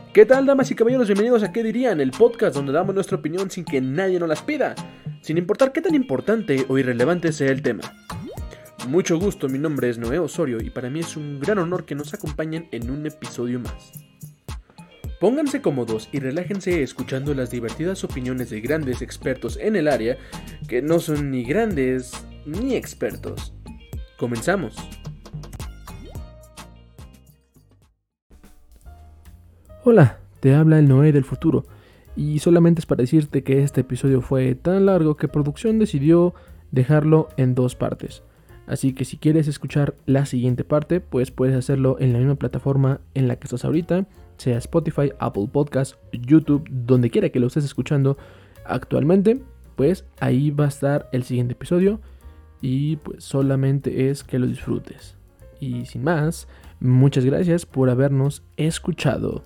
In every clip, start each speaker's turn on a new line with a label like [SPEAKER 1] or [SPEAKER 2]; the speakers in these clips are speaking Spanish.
[SPEAKER 1] ¿Qué tal, damas y caballeros? Bienvenidos a ¿Qué dirían? El podcast donde damos nuestra opinión sin que nadie nos las pida, sin importar qué tan importante o irrelevante sea el tema. Mucho gusto, mi nombre es Noé Osorio y para mí es un gran honor que nos acompañen en un episodio más. Pónganse cómodos y relájense escuchando las divertidas opiniones de grandes expertos en el área que no son ni grandes ni expertos. Comenzamos. Hola, te habla el Noé del futuro, y solamente es para decirte que este episodio fue tan largo que producción decidió dejarlo en 2 partes. Así que si quieres escuchar la siguiente parte, pues puedes hacerlo en la misma plataforma en la que estás ahorita, sea Spotify, Apple Podcasts, YouTube, donde quiera que lo estés escuchando actualmente, pues ahí va a estar el siguiente episodio y pues solamente es que lo disfrutes. Y sin más, muchas gracias por habernos escuchado.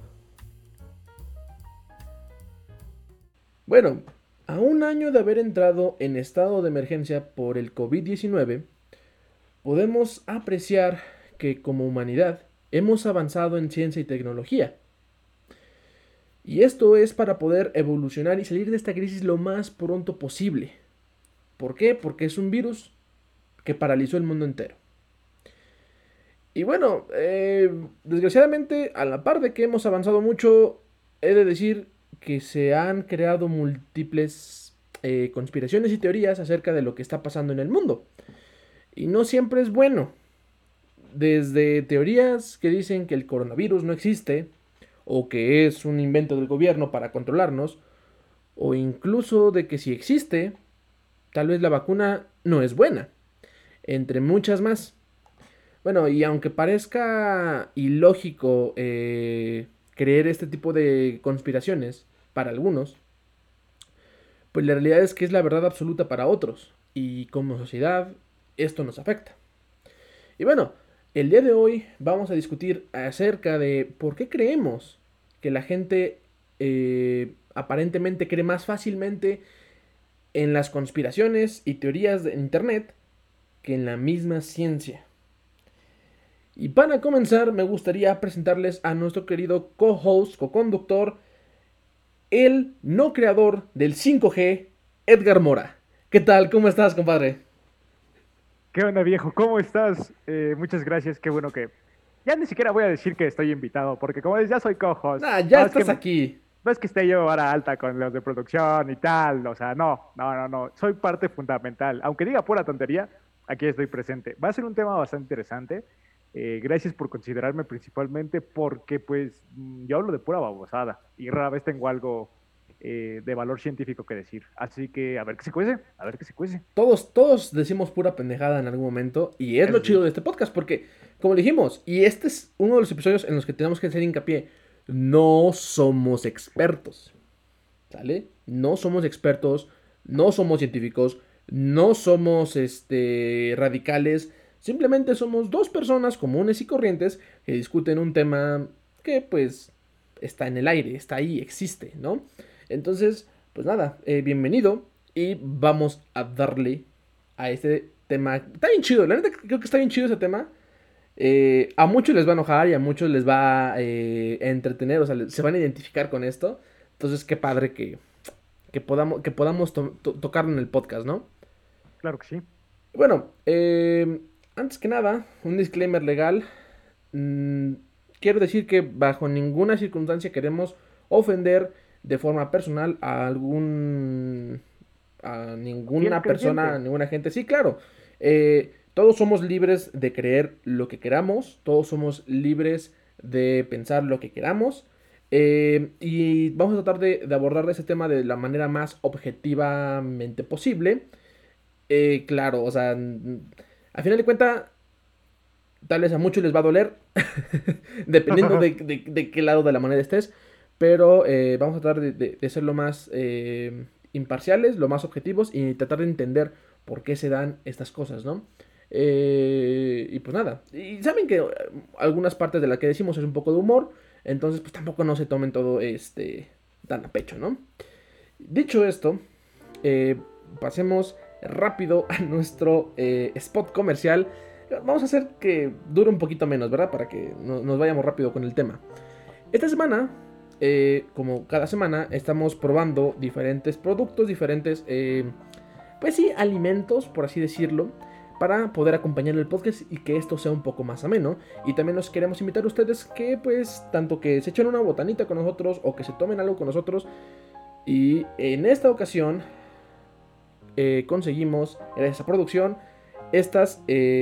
[SPEAKER 1] Bueno, a un año de haber entrado en estado de emergencia por el COVID-19, podemos apreciar que como humanidad hemos avanzado en ciencia y tecnología. Y esto es para poder evolucionar y salir de esta crisis lo más pronto posible. ¿Por qué? Porque es un virus que paralizó el mundo entero. Y bueno, desgraciadamente, a la par de que hemos avanzado mucho, he de decir que se han creado múltiples conspiraciones y teorías acerca de lo que está pasando en el mundo. Y no siempre es bueno. Desde teorías que dicen que el coronavirus no existe, o que es un invento del gobierno para controlarnos, o incluso de que si existe, tal vez la vacuna no es buena, entre muchas más. Bueno, y aunque parezca ilógico creer este tipo de conspiraciones para algunos, pues la realidad es que es la verdad absoluta para otros. Y como sociedad, esto nos afecta. Y bueno, el día de hoy vamos a discutir acerca de por qué creemos que la gente aparentemente cree más fácilmente en las conspiraciones y teorías de internet que en la misma ciencia. Y para comenzar, me gustaría presentarles a nuestro querido co-host, co-conductor, el no creador del 5G, Edgar Mora. ¿Qué tal? ¿Cómo estás, compadre?
[SPEAKER 2] ¿Qué onda, viejo? ¿Cómo estás? Muchas gracias. Qué bueno que... Ya ni siquiera voy a decir que estoy invitado, porque como dices, ya soy co-host.
[SPEAKER 1] Ah, ya
[SPEAKER 2] No es que,
[SPEAKER 1] estás aquí.
[SPEAKER 2] no es que esté yo ahora alta con los de producción y tal. O sea, no. Soy parte fundamental. Aunque diga pura tontería, aquí estoy presente. Va a ser un tema bastante interesante. Gracias por considerarme principalmente porque, pues, yo hablo de pura babosada y rara vez tengo algo de valor científico que decir. Así que, a ver qué se cuece, a ver qué se cuece.
[SPEAKER 1] Todos decimos pura pendejada en algún momento. Y es lo
[SPEAKER 2] Eso
[SPEAKER 1] chido
[SPEAKER 2] sí.
[SPEAKER 1] de este podcast. Porque, como dijimos, y este es uno de los episodios en los que tenemos que hacer hincapié. No somos expertos. ¿Sale? No somos expertos. No somos científicos. No somos radicales. Simplemente somos dos personas comunes y corrientes que discuten un tema que pues está en el aire, está ahí, existe, ¿no? Entonces, pues nada, bienvenido y vamos a darle a este tema. Está bien chido, la neta creo que está bien chido ese tema. A muchos les va a enojar y a muchos les va a entretener, o sea, se van a identificar con esto. Entonces, qué padre que podamos tocarlo en el podcast, ¿no?
[SPEAKER 2] Claro que sí.
[SPEAKER 1] Bueno, antes que nada, un disclaimer legal. Mm, Quiero decir que bajo ninguna circunstancia queremos ofender de forma personal a
[SPEAKER 2] Fiel
[SPEAKER 1] ninguna persona, a
[SPEAKER 2] creyente.
[SPEAKER 1] ninguna gente. Sí, claro. Todos somos libres de creer lo que queramos. Todos somos libres de pensar lo que queramos. Y vamos a tratar de abordar ese tema de la manera más objetivamente posible. Claro, o sea, a final de cuentas, tal vez a muchos les va a doler, dependiendo de qué lado de la moneda estés, pero vamos a tratar de ser lo más imparciales, lo más objetivos y tratar de entender por qué se dan estas cosas, ¿no? Y pues nada, y saben que algunas partes de las que decimos es un poco de humor, entonces pues tampoco no se tomen todo tan a pecho, ¿no? Dicho esto, eh, pasemos rápido a nuestro spot comercial. Vamos a hacer que dure un poquito menos, ¿verdad? Para que nos vayamos rápido con el tema. Esta semana como cada semana, estamos probando diferentes productos, diferentes, pues sí, alimentos, por así decirlo, para poder acompañar el podcast y que esto sea un poco más ameno. Y también los queremos invitar a ustedes que, pues, tanto que se echen una botanita con nosotros o que se tomen algo con nosotros. Y en esta ocasión conseguimos, gracias a producción, estas,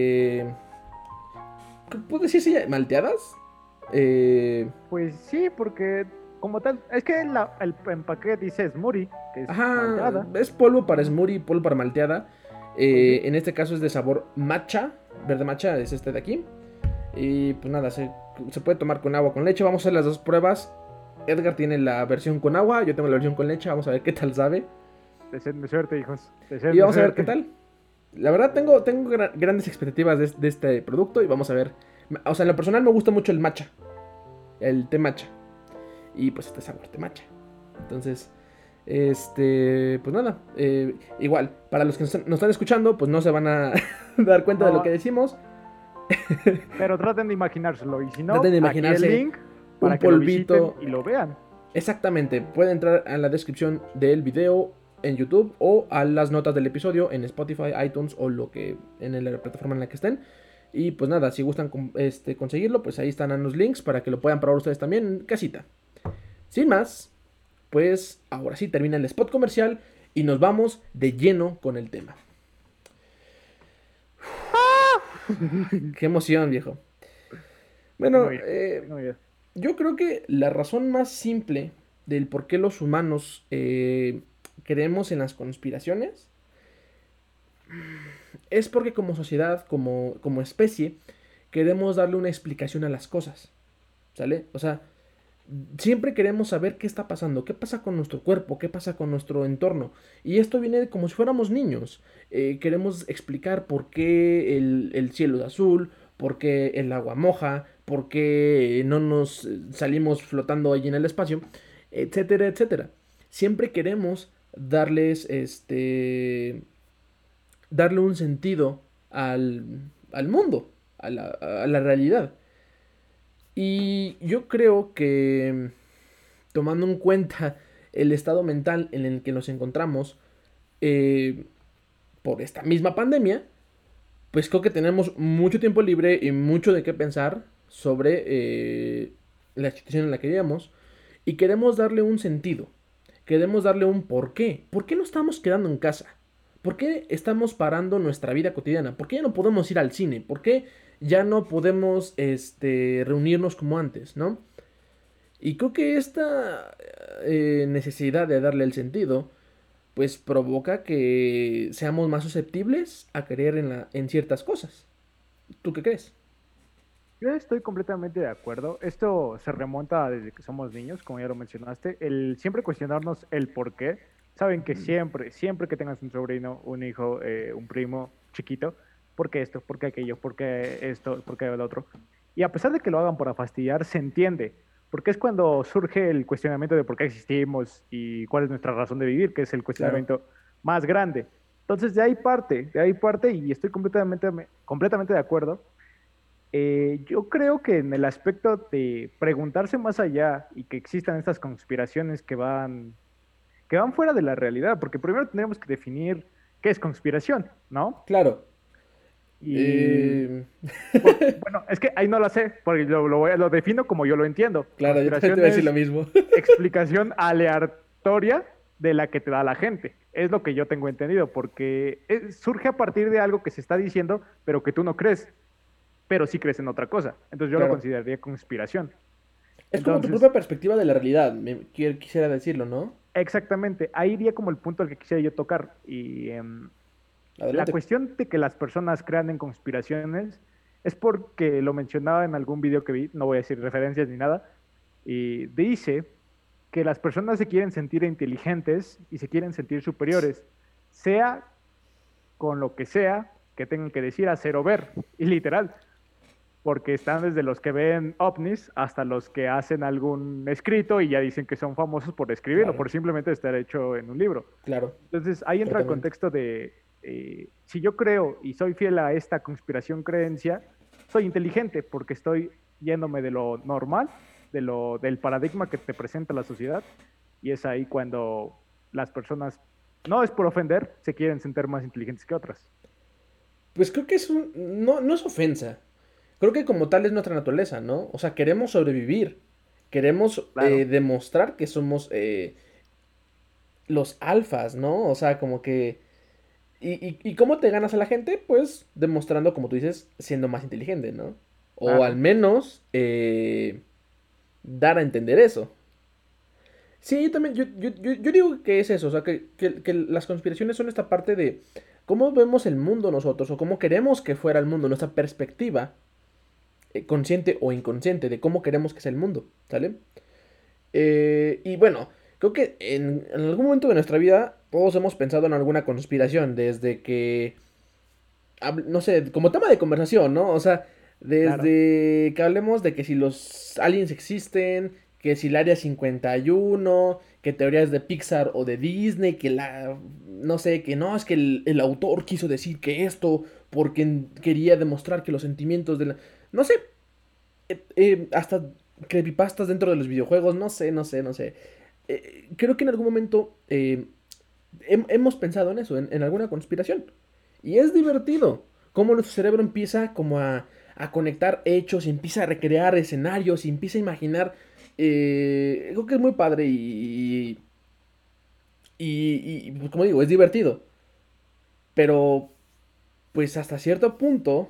[SPEAKER 1] ¿puedo decirse malteadas?
[SPEAKER 2] Pues sí, porque como tal, es que el empaque dice smoothie, que es
[SPEAKER 1] Ajá,
[SPEAKER 2] malteada.
[SPEAKER 1] es polvo para smoothie, polvo para malteada.
[SPEAKER 2] Pues sí.
[SPEAKER 1] En este caso es de sabor matcha, verde matcha es este de aquí. Y pues nada, se puede tomar con agua, con leche. Vamos a hacer las dos pruebas. Edgar tiene la versión con agua, yo tengo la versión con leche. Vamos a ver qué tal sabe.
[SPEAKER 2] Deseenme suerte, hijos.
[SPEAKER 1] Y
[SPEAKER 2] Deseenme
[SPEAKER 1] vamos a ver qué
[SPEAKER 2] suerte.
[SPEAKER 1] tal. La verdad tengo grandes expectativas de este producto y vamos a ver. O sea, en lo personal me gusta mucho el matcha, el té matcha. Y pues este sabor té matcha. Entonces, pues nada. Igual, para los que nos están escuchando, pues no se van a dar cuenta de lo
[SPEAKER 2] No,
[SPEAKER 1] que decimos.
[SPEAKER 2] pero traten de imaginárselo. Y si
[SPEAKER 1] Traten
[SPEAKER 2] no,
[SPEAKER 1] de
[SPEAKER 2] aquí el
[SPEAKER 1] imaginarse
[SPEAKER 2] link
[SPEAKER 1] un
[SPEAKER 2] para que lo visiten
[SPEAKER 1] polvito.
[SPEAKER 2] y lo vean.
[SPEAKER 1] Exactamente, pueden entrar a la descripción del video en YouTube o a las notas del episodio en Spotify, iTunes o lo que en la plataforma en la que estén. Y pues nada, si gustan conseguirlo, pues ahí están los links para que lo puedan probar ustedes también en casita. Sin más, pues ahora sí termina el spot comercial y nos vamos de lleno con el tema. Qué emoción, viejo.
[SPEAKER 2] Tengo
[SPEAKER 1] Bueno,
[SPEAKER 2] miedo, tengo miedo.
[SPEAKER 1] yo creo que la razón más simple del por qué los humanos creemos en las conspiraciones es porque como sociedad, como especie, queremos darle una explicación a las cosas. ¿Sale? O sea, siempre queremos saber qué está pasando, qué pasa con nuestro cuerpo, qué pasa con nuestro entorno. Y esto viene de como si fuéramos niños. Queremos explicar por qué el cielo es azul, por qué el agua moja, por qué no nos salimos flotando allí en el espacio, etcétera, etcétera. Siempre queremos darle un sentido al mundo, a la realidad. Y yo creo que tomando en cuenta el estado mental en el que nos encontramos eh, por esta misma pandemia, pues creo que tenemos mucho tiempo libre y mucho de qué pensar sobre la situación en la que vivimos y queremos darle un sentido, queremos darle un porqué. ¿Por qué no estamos quedando en casa? ¿Por qué estamos parando nuestra vida cotidiana? ¿Por qué ya no podemos ir al cine? ¿Por qué ya no podemos reunirnos como antes, ¿no? Y creo que esta necesidad de darle el sentido, pues provoca que seamos más susceptibles a creer en ciertas cosas. ¿Tú qué crees?
[SPEAKER 2] Yo estoy completamente de acuerdo. Esto se remonta desde que somos niños, como ya lo mencionaste. El siempre cuestionarnos el por qué. Saben que siempre que tengas un sobrino, un hijo, un primo chiquito, ¿por qué esto? ¿Por qué aquello? ¿Por qué esto? ¿Por qué el otro? Y a pesar de que lo hagan para fastidiar, se entiende. Porque es cuando surge el cuestionamiento de por qué existimos y cuál es nuestra razón de vivir, que es el
[SPEAKER 1] Claro.
[SPEAKER 2] cuestionamiento más grande. Entonces, de ahí parte y estoy completamente de acuerdo. Yo creo que en el aspecto de preguntarse más allá y que existan estas conspiraciones que van fuera de la realidad, porque primero tendríamos que definir qué es conspiración, ¿no?
[SPEAKER 1] Claro.
[SPEAKER 2] Y
[SPEAKER 1] Eh,
[SPEAKER 2] bueno, es que ahí no lo sé, porque lo defino como yo lo entiendo.
[SPEAKER 1] claro, yo también te
[SPEAKER 2] Conspiración
[SPEAKER 1] voy a decir lo
[SPEAKER 2] es
[SPEAKER 1] mismo.
[SPEAKER 2] explicación aleatoria de la que te da la gente. Es lo que yo tengo entendido, porque surge a partir de algo que se está diciendo, pero que tú no crees, pero sí crees en otra cosa. Entonces yo lo
[SPEAKER 1] Claro.
[SPEAKER 2] consideraría conspiración.
[SPEAKER 1] Es como tu
[SPEAKER 2] Entonces,
[SPEAKER 1] propia perspectiva de la realidad, quisiera decirlo, ¿no?
[SPEAKER 2] exactamente, ahí iría como el punto al que quisiera yo tocar. Y la
[SPEAKER 1] Adelante.
[SPEAKER 2] cuestión de que las personas crean en conspiraciones es porque lo mencionaba en algún video que vi, no voy a decir referencias ni nada, y dice que las personas se quieren sentir inteligentes y se quieren sentir superiores, sea con lo que sea que tengan que decir, hacer o ver. Y literal, porque están desde los que ven ovnis hasta los que hacen algún escrito y ya dicen que son famosos por escribirlo,
[SPEAKER 1] Claro,
[SPEAKER 2] por simplemente estar hecho en un libro.
[SPEAKER 1] claro,
[SPEAKER 2] Entonces ahí entra el
[SPEAKER 1] totalmente.
[SPEAKER 2] contexto de, si yo creo y soy fiel a esta conspiración creencia, soy inteligente porque estoy yéndome de lo normal del paradigma que te presenta la sociedad, y es ahí cuando las personas, no es por ofender, se quieren sentir más inteligentes que otras.
[SPEAKER 1] Pues creo que no, no es ofensa. Creo que como tal es nuestra naturaleza, ¿no? O sea, queremos sobrevivir. Queremos
[SPEAKER 2] Claro,
[SPEAKER 1] demostrar que somos los alfas, ¿no? O sea, como que... ¿Y cómo te ganas a la gente? Pues demostrando, como tú dices, siendo más inteligente, ¿no? O al
[SPEAKER 2] claro.
[SPEAKER 1] menos dar a entender eso. Sí, yo también, yo digo que es eso, o sea, que las conspiraciones son esta parte de cómo vemos el mundo nosotros, o cómo queremos que fuera el mundo, nuestra perspectiva, consciente o inconsciente, de cómo queremos que sea el mundo, ¿sale? Y bueno, creo que en algún momento de nuestra vida todos hemos pensado en alguna conspiración, desde que, no sé, como tema de conversación, ¿no? O sea,
[SPEAKER 2] Claro.
[SPEAKER 1] desde que hablemos de que si los aliens existen, que si el Área 51, que teorías de Pixar o de Disney, que no sé, que no, es que el autor quiso decir que esto porque quería demostrar que los sentimientos de la... No sé, hasta creepypastas dentro de los videojuegos, no sé, no sé, no sé. Creo que en algún momento hemos pensado en eso, en alguna conspiración. Y es divertido. Cómo nuestro cerebro empieza como a conectar hechos, y empieza a recrear escenarios, y empieza a imaginar. Creo que es muy padre pues, como digo, es divertido. Pero, pues hasta cierto punto,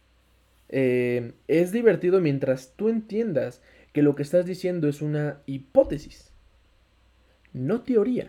[SPEAKER 1] es divertido mientras tú entiendas que lo que estás diciendo es una hipótesis, no teoría.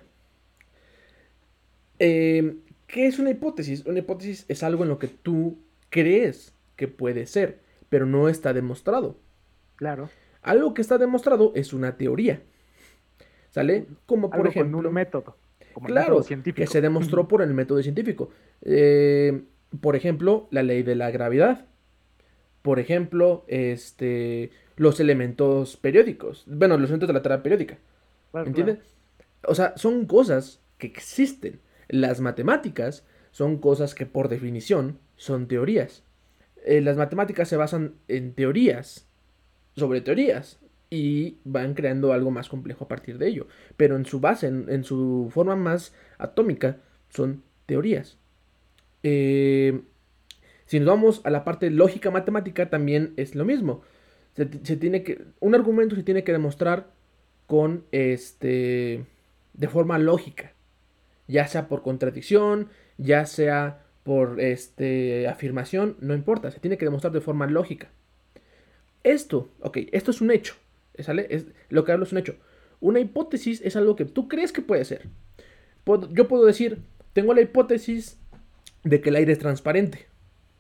[SPEAKER 1] ¿Qué es una hipótesis? Una hipótesis es algo en lo que tú crees que puede ser, pero no está demostrado.
[SPEAKER 2] Claro.
[SPEAKER 1] Algo que está demostrado es una teoría, ¿sale? Como por
[SPEAKER 2] Algo con un
[SPEAKER 1] ejemplo,
[SPEAKER 2] método, como el método
[SPEAKER 1] claro, que se
[SPEAKER 2] científico.
[SPEAKER 1] demostró por el método científico. Eh, por ejemplo, la ley de la gravedad. Por ejemplo, los elementos periódicos. Bueno, los elementos de la tabla periódica. ¿Me
[SPEAKER 2] Claro,
[SPEAKER 1] entiendes?
[SPEAKER 2] claro.
[SPEAKER 1] O sea, son cosas que existen. Las matemáticas son cosas que por definición son teorías. Las matemáticas se basan en teorías sobre teorías y van creando algo más complejo a partir de ello. Pero en su base, en su forma más atómica, son teorías. Eh, si nos vamos a la parte lógica matemática, también es lo mismo. Un argumento se tiene que demostrar con de forma lógica, ya sea por contradicción, ya sea por afirmación, no importa, se tiene que demostrar de forma lógica. Esto es un hecho, ¿sale? Lo que hablo es un hecho. Una hipótesis es algo que tú crees que puede ser. Yo puedo decir, tengo la hipótesis de que el aire es transparente.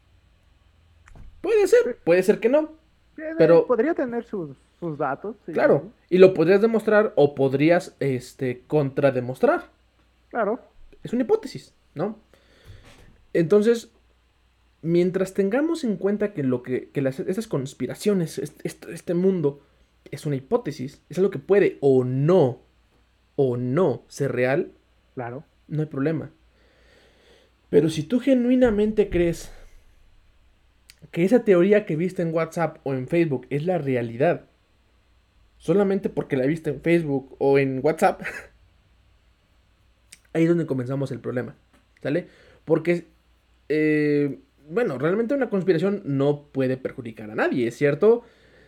[SPEAKER 2] Sí,
[SPEAKER 1] Puede ser que no, pero
[SPEAKER 2] podría tener sus datos, sí, sí,
[SPEAKER 1] claro,
[SPEAKER 2] sí.
[SPEAKER 1] y lo podrías demostrar o podrías contrademostrar.
[SPEAKER 2] Claro,
[SPEAKER 1] Es una hipótesis, ¿no? Entonces, mientras tengamos en cuenta que esas conspiraciones, este mundo, es una hipótesis, es algo que puede o no ser real,
[SPEAKER 2] claro.
[SPEAKER 1] no hay problema. Pero si tú genuinamente crees que esa teoría que viste en WhatsApp o en Facebook es la realidad, solamente porque la viste en Facebook o en WhatsApp, ahí es donde comenzamos el problema, ¿sale? Porque, bueno, realmente una conspiración no puede perjudicar a nadie, ¿es cierto?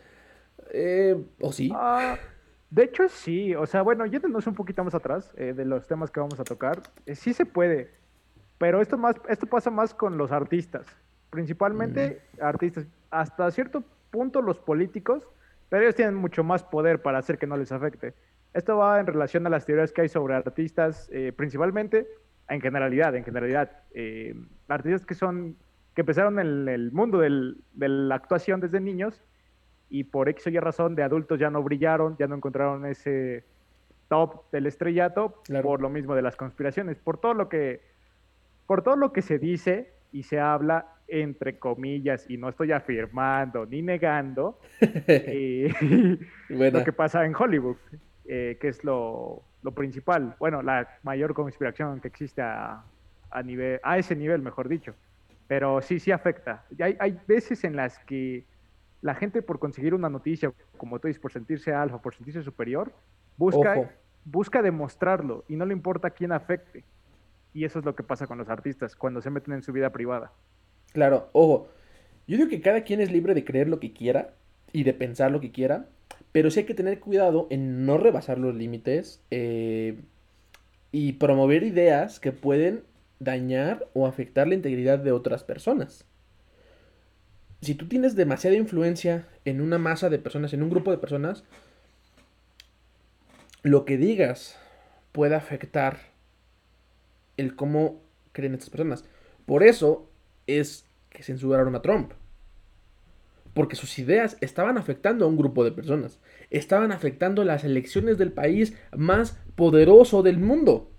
[SPEAKER 1] ¿O sí?
[SPEAKER 2] Ah, de hecho, sí. O sea, bueno, yéndonos un poquito más atrás de los temas que vamos a tocar, sí se puede, pero esto pasa más con los artistas,
[SPEAKER 1] Mm,
[SPEAKER 2] principalmente artistas, hasta cierto punto los políticos, pero ellos tienen mucho más poder para hacer que no les afecte. Esto va en relación a las teorías que hay sobre artistas, principalmente en generalidad, artistas que empezaron en el mundo de la actuación desde niños y por X o Y razón de adultos ya no brillaron, ya no encontraron ese top del estrellato
[SPEAKER 1] claro.
[SPEAKER 2] por lo mismo de las conspiraciones, por todo lo que se dice y se habla entre comillas, y no estoy afirmando ni negando, eh, lo
[SPEAKER 1] Buena.
[SPEAKER 2] que pasa en Hollywood, que es lo principal, bueno, la mayor conspiración que existe a ese nivel, mejor dicho. Pero sí, sí afecta. Hay veces en las que La gente por conseguir una noticia, como tú dices, por sentirse alfa, por sentirse superior, busca,
[SPEAKER 1] Ojo,
[SPEAKER 2] busca demostrarlo y no le importa quién afecte. Y eso es lo que pasa con los artistas cuando se meten en su vida privada.
[SPEAKER 1] claro, ojo. Yo digo que cada quien es libre de creer lo que quiera y de pensar lo que quiera, pero sí hay que tener cuidado en no rebasar los límites y promover ideas que pueden dañar o afectar la integridad de otras personas. Si tú tienes demasiada influencia en una masa de personas, en un grupo de personas, lo que digas puede afectar el cómo creen estas personas. Por eso es que censuraron a Trump. Porque sus ideas estaban afectando a un grupo de personas. Estaban afectando las elecciones del país más poderoso del mundo.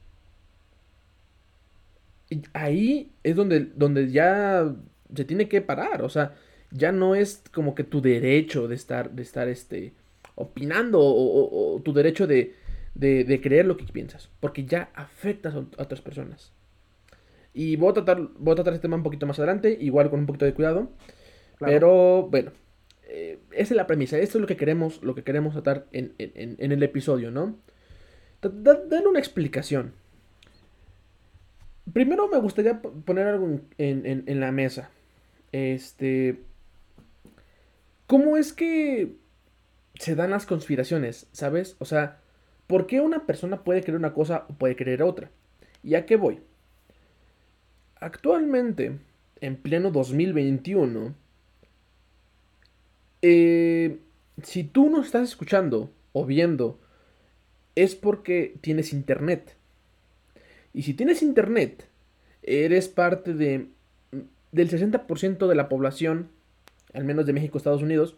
[SPEAKER 1] Y ahí es donde ya se tiene que parar. O sea, ya no es como que tu derecho de estar opinando o tu derecho de creer lo que piensas. Porque ya afectas a otras personas. Y voy a tratar este tema un poquito más adelante, igual con un poquito de cuidado.
[SPEAKER 2] Claro.
[SPEAKER 1] Pero bueno, esa es la premisa. Esto es lo que queremos tratar en el episodio, ¿no? Darle una explicación. Primero me gustaría poner algo en la mesa. Este, ¿Cómo es que se dan las conspiraciones? ¿Sabes? O sea, ¿por qué una persona puede creer una cosa o puede creer otra? ¿Y a qué voy? Actualmente, en pleno 2021, eh, si tú no estás escuchando o viendo, es porque tienes internet. Y si tienes internet, eres parte del 60% de la población, al menos de México, Estados Unidos,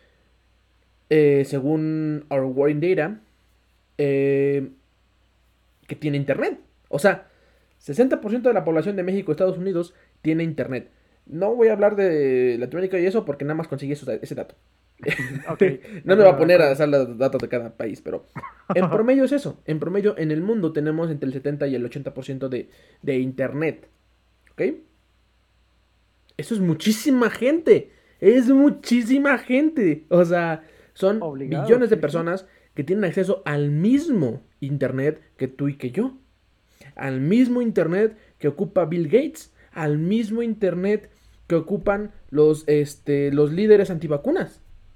[SPEAKER 1] según Our War in Data, eh, que tiene internet. O sea, 60% de la población de México, Estados Unidos, tiene internet. No voy a hablar de Latinoamérica y eso porque nada más conseguí ese dato.
[SPEAKER 2] Ok, de
[SPEAKER 1] No me va a
[SPEAKER 2] acuerdo, de
[SPEAKER 1] poner a
[SPEAKER 2] acuerdo.
[SPEAKER 1] hacer los datos de cada país, pero en promedio es eso. En promedio, en el mundo tenemos entre el 70 y el 80% de internet. ¿Ok? Eso es muchísima gente. Es muchísima gente. O sea, son
[SPEAKER 2] Obligado,
[SPEAKER 1] billones de
[SPEAKER 2] sí, sí.
[SPEAKER 1] personas que tienen acceso al mismo internet que tú y que yo. Al mismo internet que ocupa Bill Gates. Al mismo internet que ocupan los líderes antivacunas.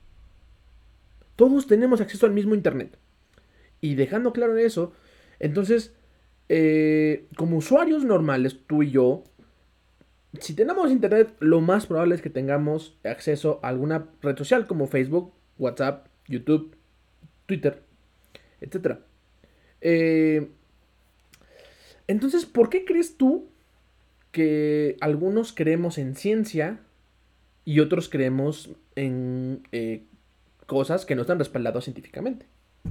[SPEAKER 1] Todos tenemos acceso al mismo internet. Y dejando claro eso, entonces, como usuarios normales, tú y yo, si tenemos internet, lo más probable es que tengamos acceso a alguna red social como Facebook, WhatsApp, YouTube, Twitter, etcétera. Eh, entonces, ¿por qué crees tú que algunos creemos en ciencia y otros creemos en cosas que no están respaldadas científicamente?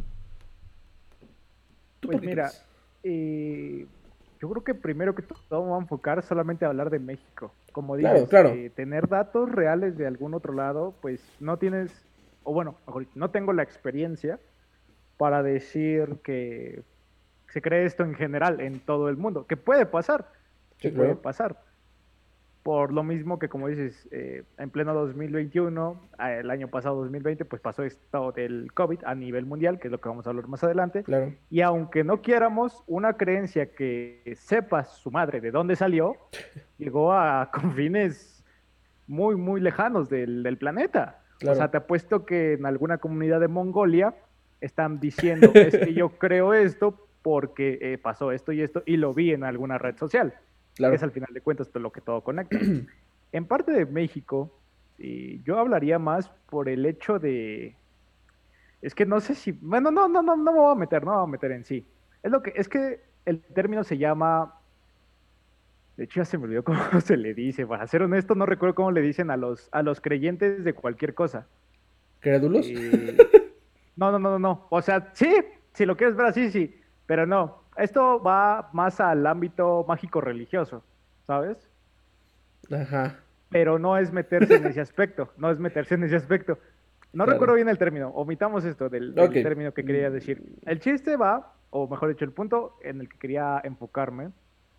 [SPEAKER 1] ¿Tú por
[SPEAKER 2] Pues
[SPEAKER 1] qué
[SPEAKER 2] mira,
[SPEAKER 1] crees?
[SPEAKER 2] eh, yo creo que primero que todo vamos a enfocar solamente a hablar de México. Como
[SPEAKER 1] Claro,
[SPEAKER 2] dices,
[SPEAKER 1] claro.
[SPEAKER 2] tener datos reales de algún otro lado, pues no tienes, o bueno, mejor dicho, no tengo la experiencia para decir que se cree esto en general en todo el mundo, que puede pasar, sí
[SPEAKER 1] Sí,
[SPEAKER 2] puede
[SPEAKER 1] claro.
[SPEAKER 2] pasar. Por lo mismo que, como dices, en pleno 2021, el año pasado 2020, pues pasó esto del COVID a nivel mundial, que es lo que vamos a hablar más adelante.
[SPEAKER 1] Claro.
[SPEAKER 2] Y aunque no quieramos, una creencia que sepa su madre de dónde salió, llegó a confines muy, muy lejanos del planeta. O sea,
[SPEAKER 1] Claro.
[SPEAKER 2] te apuesto que en alguna comunidad de Mongolia están diciendo, es que yo creo esto porque pasó esto y esto y lo vi en alguna red social, que es
[SPEAKER 1] Claro.
[SPEAKER 2] al final de cuentas lo que todo conecta. En parte de México, yo hablaría más por el hecho de, es que no sé si, bueno, no me voy a meter, no me voy a meter en sí. Es que el término se llama, de hecho ya se me olvidó cómo se le dice, para ser honesto no recuerdo cómo le dicen a los creyentes de cualquier cosa.
[SPEAKER 1] ¿Crédulos?
[SPEAKER 2] Eh, no, o sea, sí, si lo quieres ver así, sí, pero no, esto va más al ámbito mágico religioso, ¿sabes?
[SPEAKER 1] Ajá.
[SPEAKER 2] Pero no es meterse en ese aspecto, no es meterse en ese aspecto. No
[SPEAKER 1] Claro.
[SPEAKER 2] recuerdo bien el término, omitamos esto
[SPEAKER 1] Ok.
[SPEAKER 2] del término que quería decir. El chiste va, o mejor dicho, el punto en el que quería enfocarme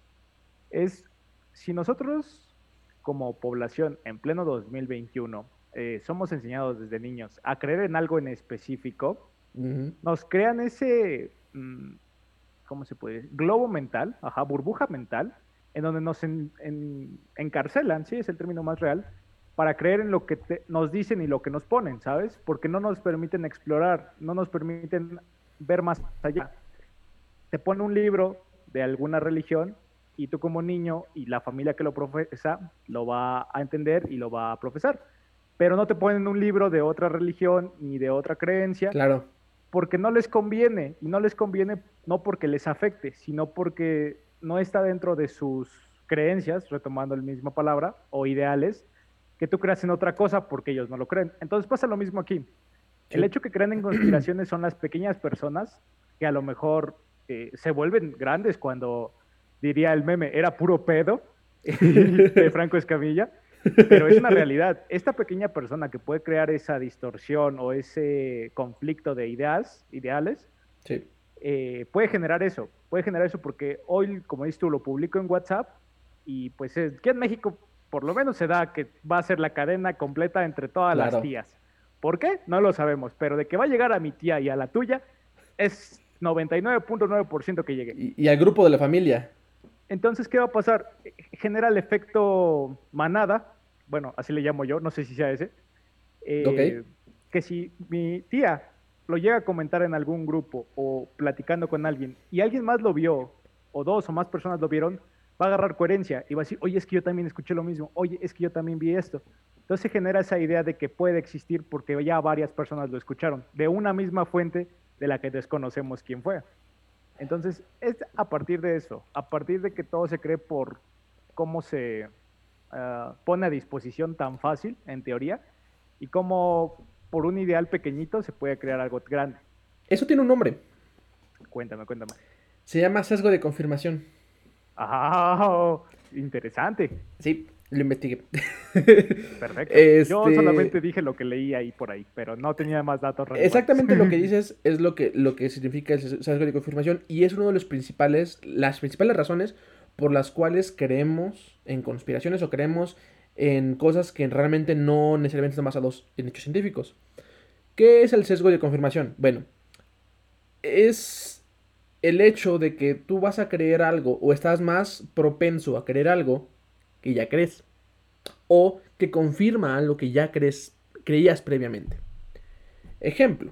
[SPEAKER 2] es si nosotros como población en pleno 2021 somos enseñados desde niños a creer en algo en específico,
[SPEAKER 1] Ujú.
[SPEAKER 2] nos crean ese, ¿cómo se puede decir? Globo mental, ajá, burbuja mental, en donde nos encarcelan, sí, es el término más real, para creer en lo que nos dicen y lo que nos ponen, ¿sabes? Porque no nos permiten explorar, no nos permiten ver más allá. Te pone un libro de alguna religión y tú como niño y la familia que lo profesa lo va a entender y lo va a profesar. Pero no te ponen un libro de otra religión ni de otra creencia
[SPEAKER 1] Claro,
[SPEAKER 2] porque no les conviene, y no les conviene no porque les afecte, sino porque no está dentro de sus creencias, retomando la misma palabra, o ideales, que tú creas en otra cosa porque ellos no lo creen. Entonces pasa lo mismo aquí. El
[SPEAKER 1] sí.
[SPEAKER 2] hecho que crean en conspiraciones son las pequeñas personas que a lo mejor se vuelven grandes cuando, diría el meme, era puro pedo de Franco Escamilla, pero es una realidad. Esta pequeña persona que puede crear esa distorsión o ese conflicto de ideales,
[SPEAKER 1] Sí.
[SPEAKER 2] puede generar eso porque hoy, como dices tú, lo publico en WhatsApp y pues aquí en México por lo menos se da que va a ser la cadena completa entre todas las
[SPEAKER 1] Claro.
[SPEAKER 2] tías. ¿Por qué? No lo sabemos, pero de que va a llegar a mi tía y a la tuya es 99.9% que llegue.
[SPEAKER 1] Y al grupo de la familia.
[SPEAKER 2] Entonces, ¿qué va a pasar? Genera el efecto manada, bueno, así le llamo yo, no sé si sea ese,
[SPEAKER 1] Ok.
[SPEAKER 2] eh, que si mi tía lo llega a comentar en algún grupo o platicando con alguien y alguien más lo vio, o dos o más personas lo vieron, va a agarrar coherencia y va a decir, oye, es que yo también escuché lo mismo, oye, es que yo también vi esto. Entonces se genera esa idea de que puede existir porque ya varias personas lo escucharon, de una misma fuente de la que desconocemos quién fue. Entonces, es a partir de eso, a partir de que todo se cree por cómo se pone a disposición tan fácil, en teoría, y cómo por un ideal pequeñito se puede crear algo grande.
[SPEAKER 1] Eso tiene un nombre.
[SPEAKER 2] Cuéntame, cuéntame.
[SPEAKER 1] Se llama sesgo de confirmación.
[SPEAKER 2] ¡Ah! Interesante.
[SPEAKER 1] Sí, lo investigué.
[SPEAKER 2] Perfecto. Yo
[SPEAKER 1] Este,
[SPEAKER 2] solamente dije lo que leí ahí por ahí, pero no tenía más datos relevantes.
[SPEAKER 1] exactamente lo que dices es lo que significa el sesgo de confirmación y es uno de las principales razones por las cuales creemos en conspiraciones o creemos en cosas que realmente no necesariamente están basados en hechos científicos. ¿Qué es el sesgo de confirmación? Bueno, es el hecho de que tú vas a creer algo o estás más propenso a creer algo que ya crees o que confirma algo que ya creías previamente. Ejemplo,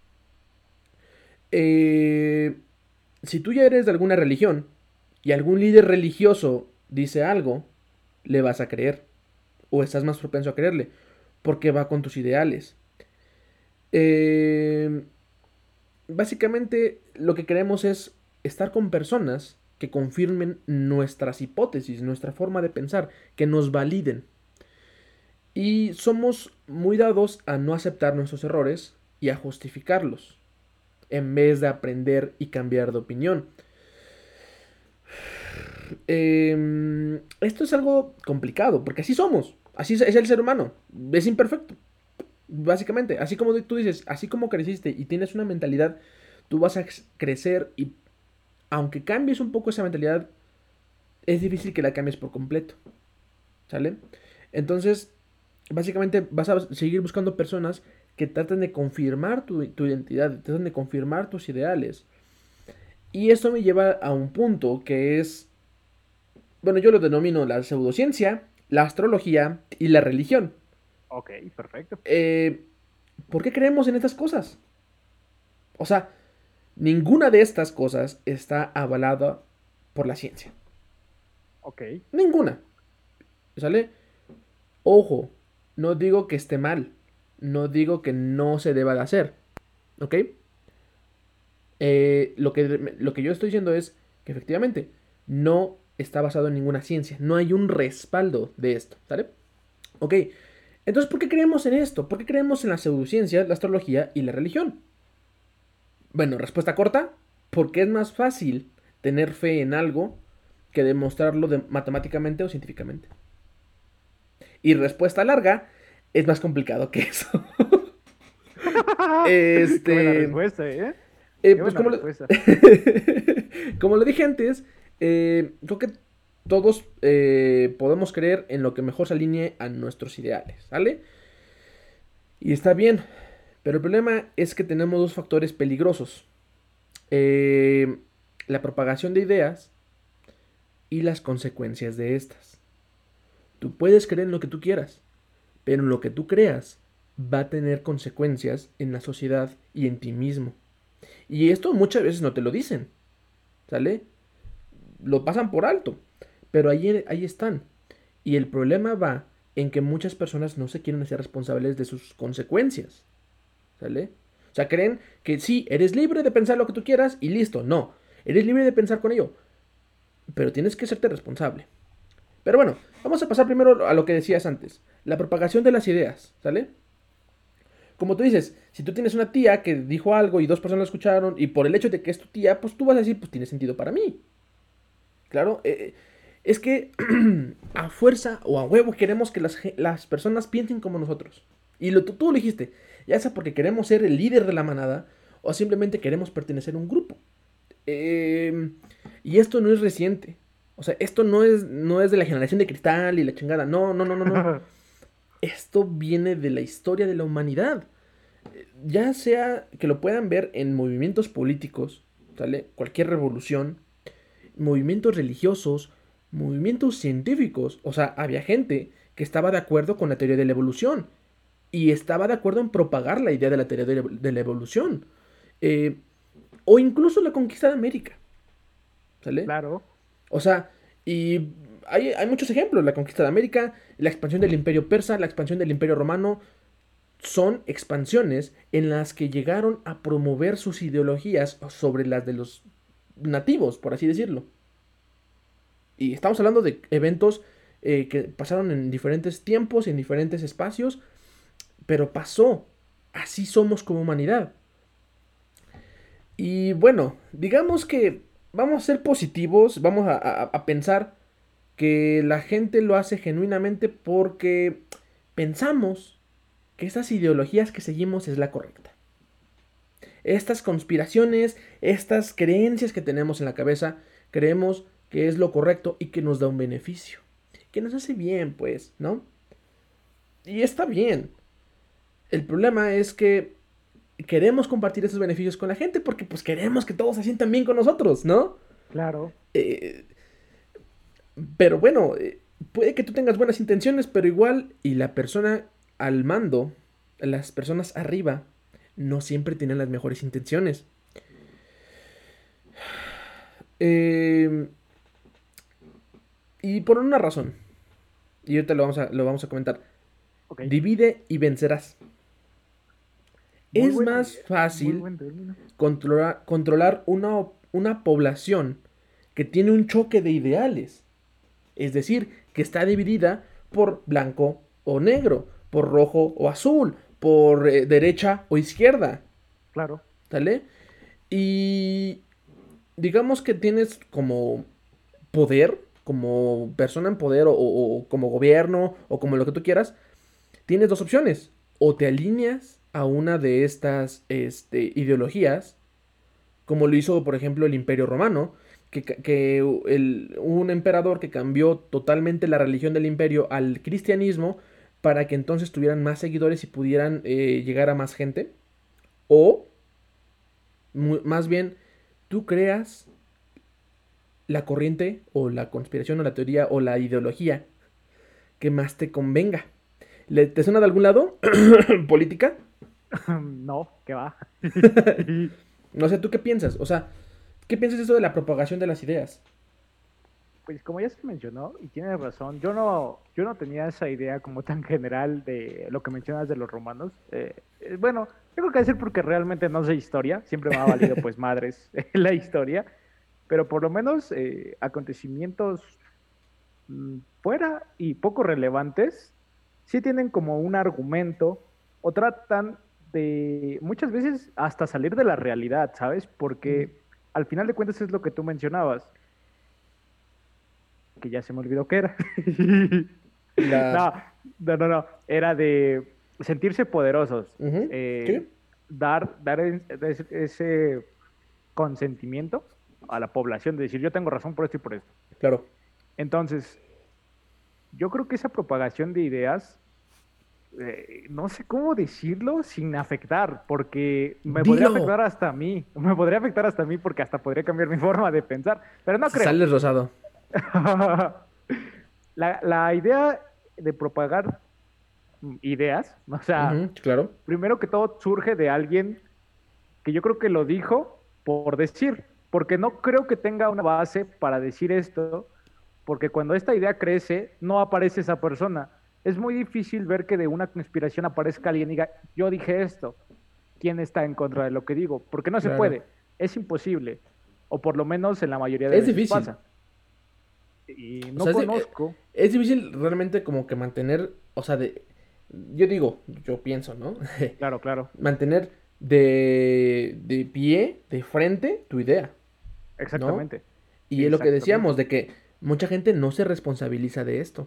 [SPEAKER 1] eh, si tú ya eres de alguna religión y algún líder religioso dice algo, le vas a creer o estás más propenso a creerle porque va con tus ideales. Eh, Básicamente lo que queremos es estar con personas que confirmen nuestras hipótesis, nuestra forma de pensar, que nos validen. Y somos muy dados a no aceptar nuestros errores y a justificarlos, en vez de aprender y cambiar de opinión. Esto es algo complicado, porque así somos, así es el ser humano, es imperfecto, básicamente, así como tú dices, así como creciste y tienes una mentalidad, tú vas a crecer y aunque cambies un poco esa mentalidad, es difícil que la cambies por completo, ¿sale? Entonces, básicamente vas a seguir buscando personas que traten de confirmar tu identidad, traten de confirmar tus ideales. Y esto me lleva a un punto que es, bueno, yo lo denomino la pseudociencia, la astrología y la religión.
[SPEAKER 2] Ok, perfecto.
[SPEAKER 1] Eh, ¿Por qué creemos en estas cosas? O sea, ninguna de estas cosas está avalada por la ciencia.
[SPEAKER 2] Ok,
[SPEAKER 1] Ninguna. ¿Sale? Ojo, no digo que esté mal. No digo que no se deba de hacer. ¿Ok? Lo que yo estoy diciendo es que efectivamente no está basado en ninguna ciencia. No hay un respaldo de esto. ¿Sale? Ok. Entonces, ¿por qué creemos en esto? ¿Por qué creemos en la pseudociencia, la astrología y la religión? Bueno, respuesta corta. Porque es más fácil tener fe en algo que demostrarlo matemáticamente o científicamente. Y respuesta larga, es más complicado que eso.
[SPEAKER 2] qué buena
[SPEAKER 1] este.
[SPEAKER 2] respuesta, ¿eh? Qué
[SPEAKER 1] Pues
[SPEAKER 2] buena
[SPEAKER 1] como lo,
[SPEAKER 2] respuesta.
[SPEAKER 1] como lo dije antes, creo que todos podemos creer en lo que mejor se alinee a nuestros ideales, ¿sale? Y está bien, pero el problema es que tenemos dos factores peligrosos. Eh, la propagación de ideas y las consecuencias de estas. Tú puedes creer en lo que tú quieras, pero en lo que tú creas va a tener consecuencias en la sociedad y en ti mismo. Y esto muchas veces no te lo dicen, ¿sale? Lo pasan por alto, pero ahí están. Y el problema va en que muchas personas no se quieren hacer responsables de sus consecuencias, ¿sale? O sea, creen que sí, eres libre de pensar lo que tú quieras y listo. No, eres libre de pensar con ello, pero tienes que serte responsable. Pero bueno, vamos a pasar primero a lo que decías antes, la propagación de las ideas, ¿sale? Como tú dices, si tú tienes una tía que dijo algo y dos personas lo escucharon y por el hecho de que es tu tía, pues tú vas a decir, pues tiene sentido para mí. Claro, es que a fuerza o a huevo queremos que las personas piensen como nosotros. Y tú lo dijiste, ya sea porque queremos ser el líder de la manada o simplemente queremos pertenecer a un grupo. Y esto no es reciente. O sea, esto no es de la generación de cristal y la chingada. No, no, no, no, no. Esto viene de la historia de la humanidad. Ya sea que lo puedan ver en movimientos políticos, ¿sale? Cualquier revolución, movimientos religiosos, movimientos científicos. O sea, había gente que estaba de acuerdo con la teoría de la evolución y estaba de acuerdo en propagar la idea de la teoría de la evolución. Eh, o incluso la conquista de América, ¿sale?
[SPEAKER 2] Claro,
[SPEAKER 1] O sea, y hay muchos ejemplos. La conquista de América, la expansión del imperio persa, la expansión del imperio romano. Son expansiones en las que llegaron a promover sus ideologías sobre las de los nativos, por así decirlo. Y estamos hablando de eventos que pasaron en diferentes tiempos, en diferentes espacios, pero pasó. Así somos como humanidad. Y bueno, digamos que vamos a ser positivos, vamos a pensar que la gente lo hace genuinamente porque pensamos que esas ideologías que seguimos es la correcta. Estas conspiraciones, estas creencias que tenemos en la cabeza, creemos que es lo correcto y que nos da un beneficio. Que nos hace bien, pues, ¿no? Y está bien. El problema es que queremos compartir esos beneficios con la gente porque pues queremos que todos se sientan bien con nosotros, ¿no?
[SPEAKER 2] claro.
[SPEAKER 1] Eh, pero bueno, puede que tú tengas buenas intenciones, pero igual y la persona al mando, las personas arriba, no siempre tienen las mejores intenciones. Eh, y por una razón, y ahorita lo vamos a comentar,
[SPEAKER 2] Ok.
[SPEAKER 1] divide y vencerás.
[SPEAKER 2] Muy
[SPEAKER 1] Es
[SPEAKER 2] buena
[SPEAKER 1] más
[SPEAKER 2] idea, muy
[SPEAKER 1] fácil
[SPEAKER 2] buen término.
[SPEAKER 1] controlar una población que tiene un choque de ideales. Es decir, que está dividida por blanco o negro, por rojo o azul, por derecha o izquierda.
[SPEAKER 2] Claro.
[SPEAKER 1] ¿Sale? Y digamos que tienes como poder, como persona en poder o como gobierno o como lo que tú quieras, tienes dos opciones. O te alineas a una de estas ideologías, como lo hizo, por ejemplo, el Imperio Romano, que un emperador que cambió totalmente la religión del imperio al cristianismo para que entonces tuvieran más seguidores y pudieran llegar a más gente. O, más bien, tú creas la corriente o la conspiración o la teoría o la ideología que más te convenga. ¿Te suena de algún lado? ¿Política?
[SPEAKER 2] No, ¿qué va?
[SPEAKER 1] No sé, ¿tú qué piensas? O sea, ¿qué piensas de eso de la propagación de las ideas?
[SPEAKER 2] Pues como ya se mencionó, y tienes razón, yo no tenía esa idea como tan general de lo que mencionas de los romanos. Bueno, tengo que decir porque realmente no sé historia, siempre me ha valido pues madres la historia, pero por lo menos acontecimientos fuera y poco relevantes, sí tienen como un argumento o tratan de muchas veces hasta salir de la realidad, ¿sabes?
[SPEAKER 1] Mm.
[SPEAKER 2] Porque al final de cuentas es lo que tú mencionabas, que ya se me olvidó qué era.
[SPEAKER 1] La...
[SPEAKER 2] No, no, no, no, era de sentirse poderosos,
[SPEAKER 1] Ujú.
[SPEAKER 2] eh,
[SPEAKER 1] ¿Qué?
[SPEAKER 2] ese consentimiento a la población de decir yo tengo razón por esto y por esto.
[SPEAKER 1] Claro.
[SPEAKER 2] Entonces, yo creo que esa propagación de ideas no sé cómo decirlo sin afectar, porque me podría
[SPEAKER 1] Dilo.
[SPEAKER 2] afectar hasta a mí, me podría afectar hasta a mí porque hasta podría cambiar mi forma de pensar, pero no creo.
[SPEAKER 1] Sales rosado.
[SPEAKER 2] La idea de propagar ideas, o sea,
[SPEAKER 1] Ujú, claro,
[SPEAKER 2] primero que todo surge de alguien que yo creo que lo dijo por decir, porque no creo que tenga una base para decir esto, porque cuando esta idea crece, no aparece esa persona. Es muy difícil ver que de una conspiración aparezca alguien y diga, yo dije esto, ¿quién está en contra de lo que digo? Porque no se
[SPEAKER 1] claro.
[SPEAKER 2] puede, es imposible, o por lo menos en la mayoría de
[SPEAKER 1] Es
[SPEAKER 2] veces
[SPEAKER 1] difícil.
[SPEAKER 2] pasa. Y
[SPEAKER 1] O
[SPEAKER 2] no
[SPEAKER 1] sea,
[SPEAKER 2] conozco,
[SPEAKER 1] es difícil realmente como que mantener, o sea, yo digo, yo pienso, ¿no?
[SPEAKER 2] claro, claro,
[SPEAKER 1] Mantener de pie, de frente, tu idea, ¿no?
[SPEAKER 2] exactamente,
[SPEAKER 1] Y es lo que decíamos,
[SPEAKER 2] exactamente.
[SPEAKER 1] de que mucha gente no se responsabiliza de esto.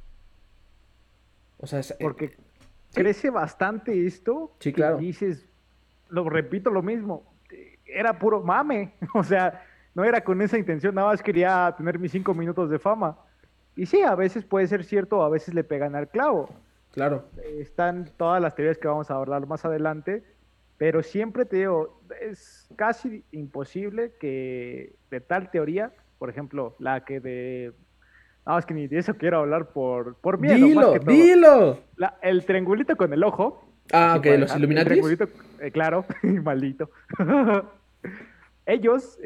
[SPEAKER 1] O sea,
[SPEAKER 2] Porque
[SPEAKER 1] sí,
[SPEAKER 2] crece bastante esto
[SPEAKER 1] sí,
[SPEAKER 2] que
[SPEAKER 1] claro,
[SPEAKER 2] dices, lo repito lo mismo, era puro mame, o sea, no era con esa intención, nada más quería tener mis 5 minutos de fama. Y sí, a veces puede ser cierto, a veces le pegan al clavo.
[SPEAKER 1] claro.
[SPEAKER 2] Están todas las teorías que vamos a hablar más adelante, pero siempre te digo, es casi imposible que de tal teoría, por ejemplo, la que de... No, es que ni de eso quiero hablar por miedo, más
[SPEAKER 1] Dilo,
[SPEAKER 2] que todo.
[SPEAKER 1] dilo.
[SPEAKER 2] El triangulito con el ojo,
[SPEAKER 1] Ah,
[SPEAKER 2] así
[SPEAKER 1] ok,
[SPEAKER 2] voy a
[SPEAKER 1] los
[SPEAKER 2] dejar. El
[SPEAKER 1] Illuminatis.
[SPEAKER 2] triangulito, claro, maldito. Ellos,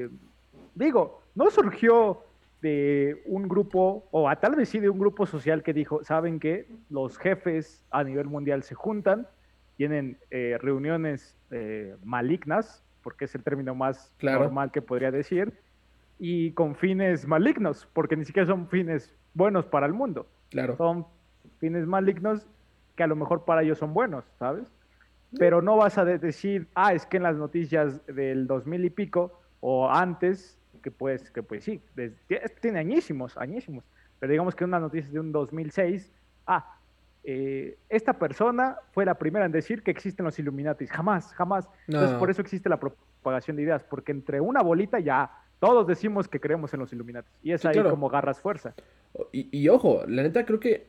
[SPEAKER 2] digo, no surgió de un grupo, o a tal vez sí de un grupo social que dijo, ¿saben qué? Los jefes a nivel mundial se juntan, tienen reuniones malignas, porque es el término más
[SPEAKER 1] Claro,
[SPEAKER 2] normal que podría decir, y con fines malignos, porque ni siquiera son fines buenos para el mundo,
[SPEAKER 1] claro.
[SPEAKER 2] son fines malignos que a lo mejor para ellos son buenos, ¿sabes? Pero no vas a decir, es que en las noticias del 2000 y pico o antes, que pues sí, tiene añísimos, añísimos, pero digamos que una noticia de un 2006, esta persona fue la primera en decir que existen los Illuminatis, jamás, jamás. Entonces, por
[SPEAKER 1] No,
[SPEAKER 2] eso existe la propagación de ideas, porque entre una bolita ya todos decimos que creemos en los Illuminatis, y es
[SPEAKER 1] sí,
[SPEAKER 2] ahí
[SPEAKER 1] claro.
[SPEAKER 2] como agarras fuerza.
[SPEAKER 1] Y ojo, la neta creo que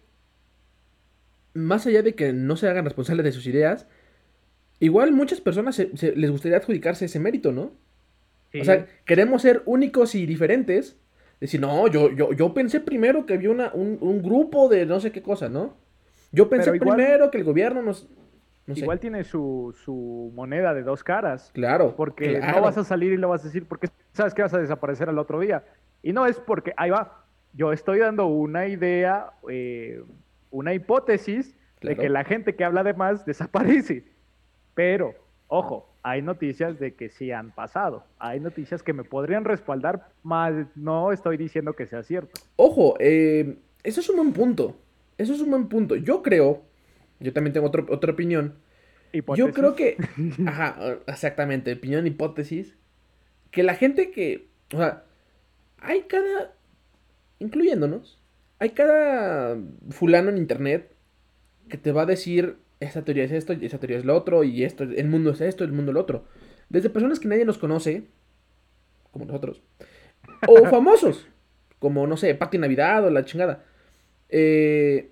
[SPEAKER 1] más allá de que no se hagan responsables de sus ideas, igual muchas personas les gustaría adjudicarse ese mérito, ¿no? O sea,
[SPEAKER 2] Sí,
[SPEAKER 1] queremos ser únicos y diferentes. Decir, no, yo pensé primero que había un grupo de no sé qué cosa, ¿no? Yo pensé
[SPEAKER 2] pero igual
[SPEAKER 1] primero que el gobierno nos... No sé.
[SPEAKER 2] igual tiene su moneda de dos caras,
[SPEAKER 1] Claro,
[SPEAKER 2] porque no vas
[SPEAKER 1] claro,
[SPEAKER 2] a salir y lo vas a decir porque sabes que vas a desaparecer al otro día. Y no es porque, ahí va, yo estoy dando una idea, una hipótesis de que
[SPEAKER 1] claro.
[SPEAKER 2] la gente que habla de más desaparece. Pero, ojo, hay noticias de que sí han pasado. Hay noticias que me podrían respaldar, más no estoy diciendo que sea cierto.
[SPEAKER 1] Ojo, eso es un buen punto. Eso es un buen punto. Yo creo, yo también tengo otra opinión. Yo creo
[SPEAKER 2] Hipótesis.
[SPEAKER 1] que, ajá, exactamente, opinión, hipótesis, que la gente que, o sea, hay cada, incluyéndonos, hay cada fulano en internet que te va a decir, esta teoría es esto, y esa teoría es lo otro, y esto, el mundo es esto, el mundo es lo otro. Desde personas que nadie nos conoce, como nosotros, o famosos, como, no sé, Pati Navidad o la chingada. Eh,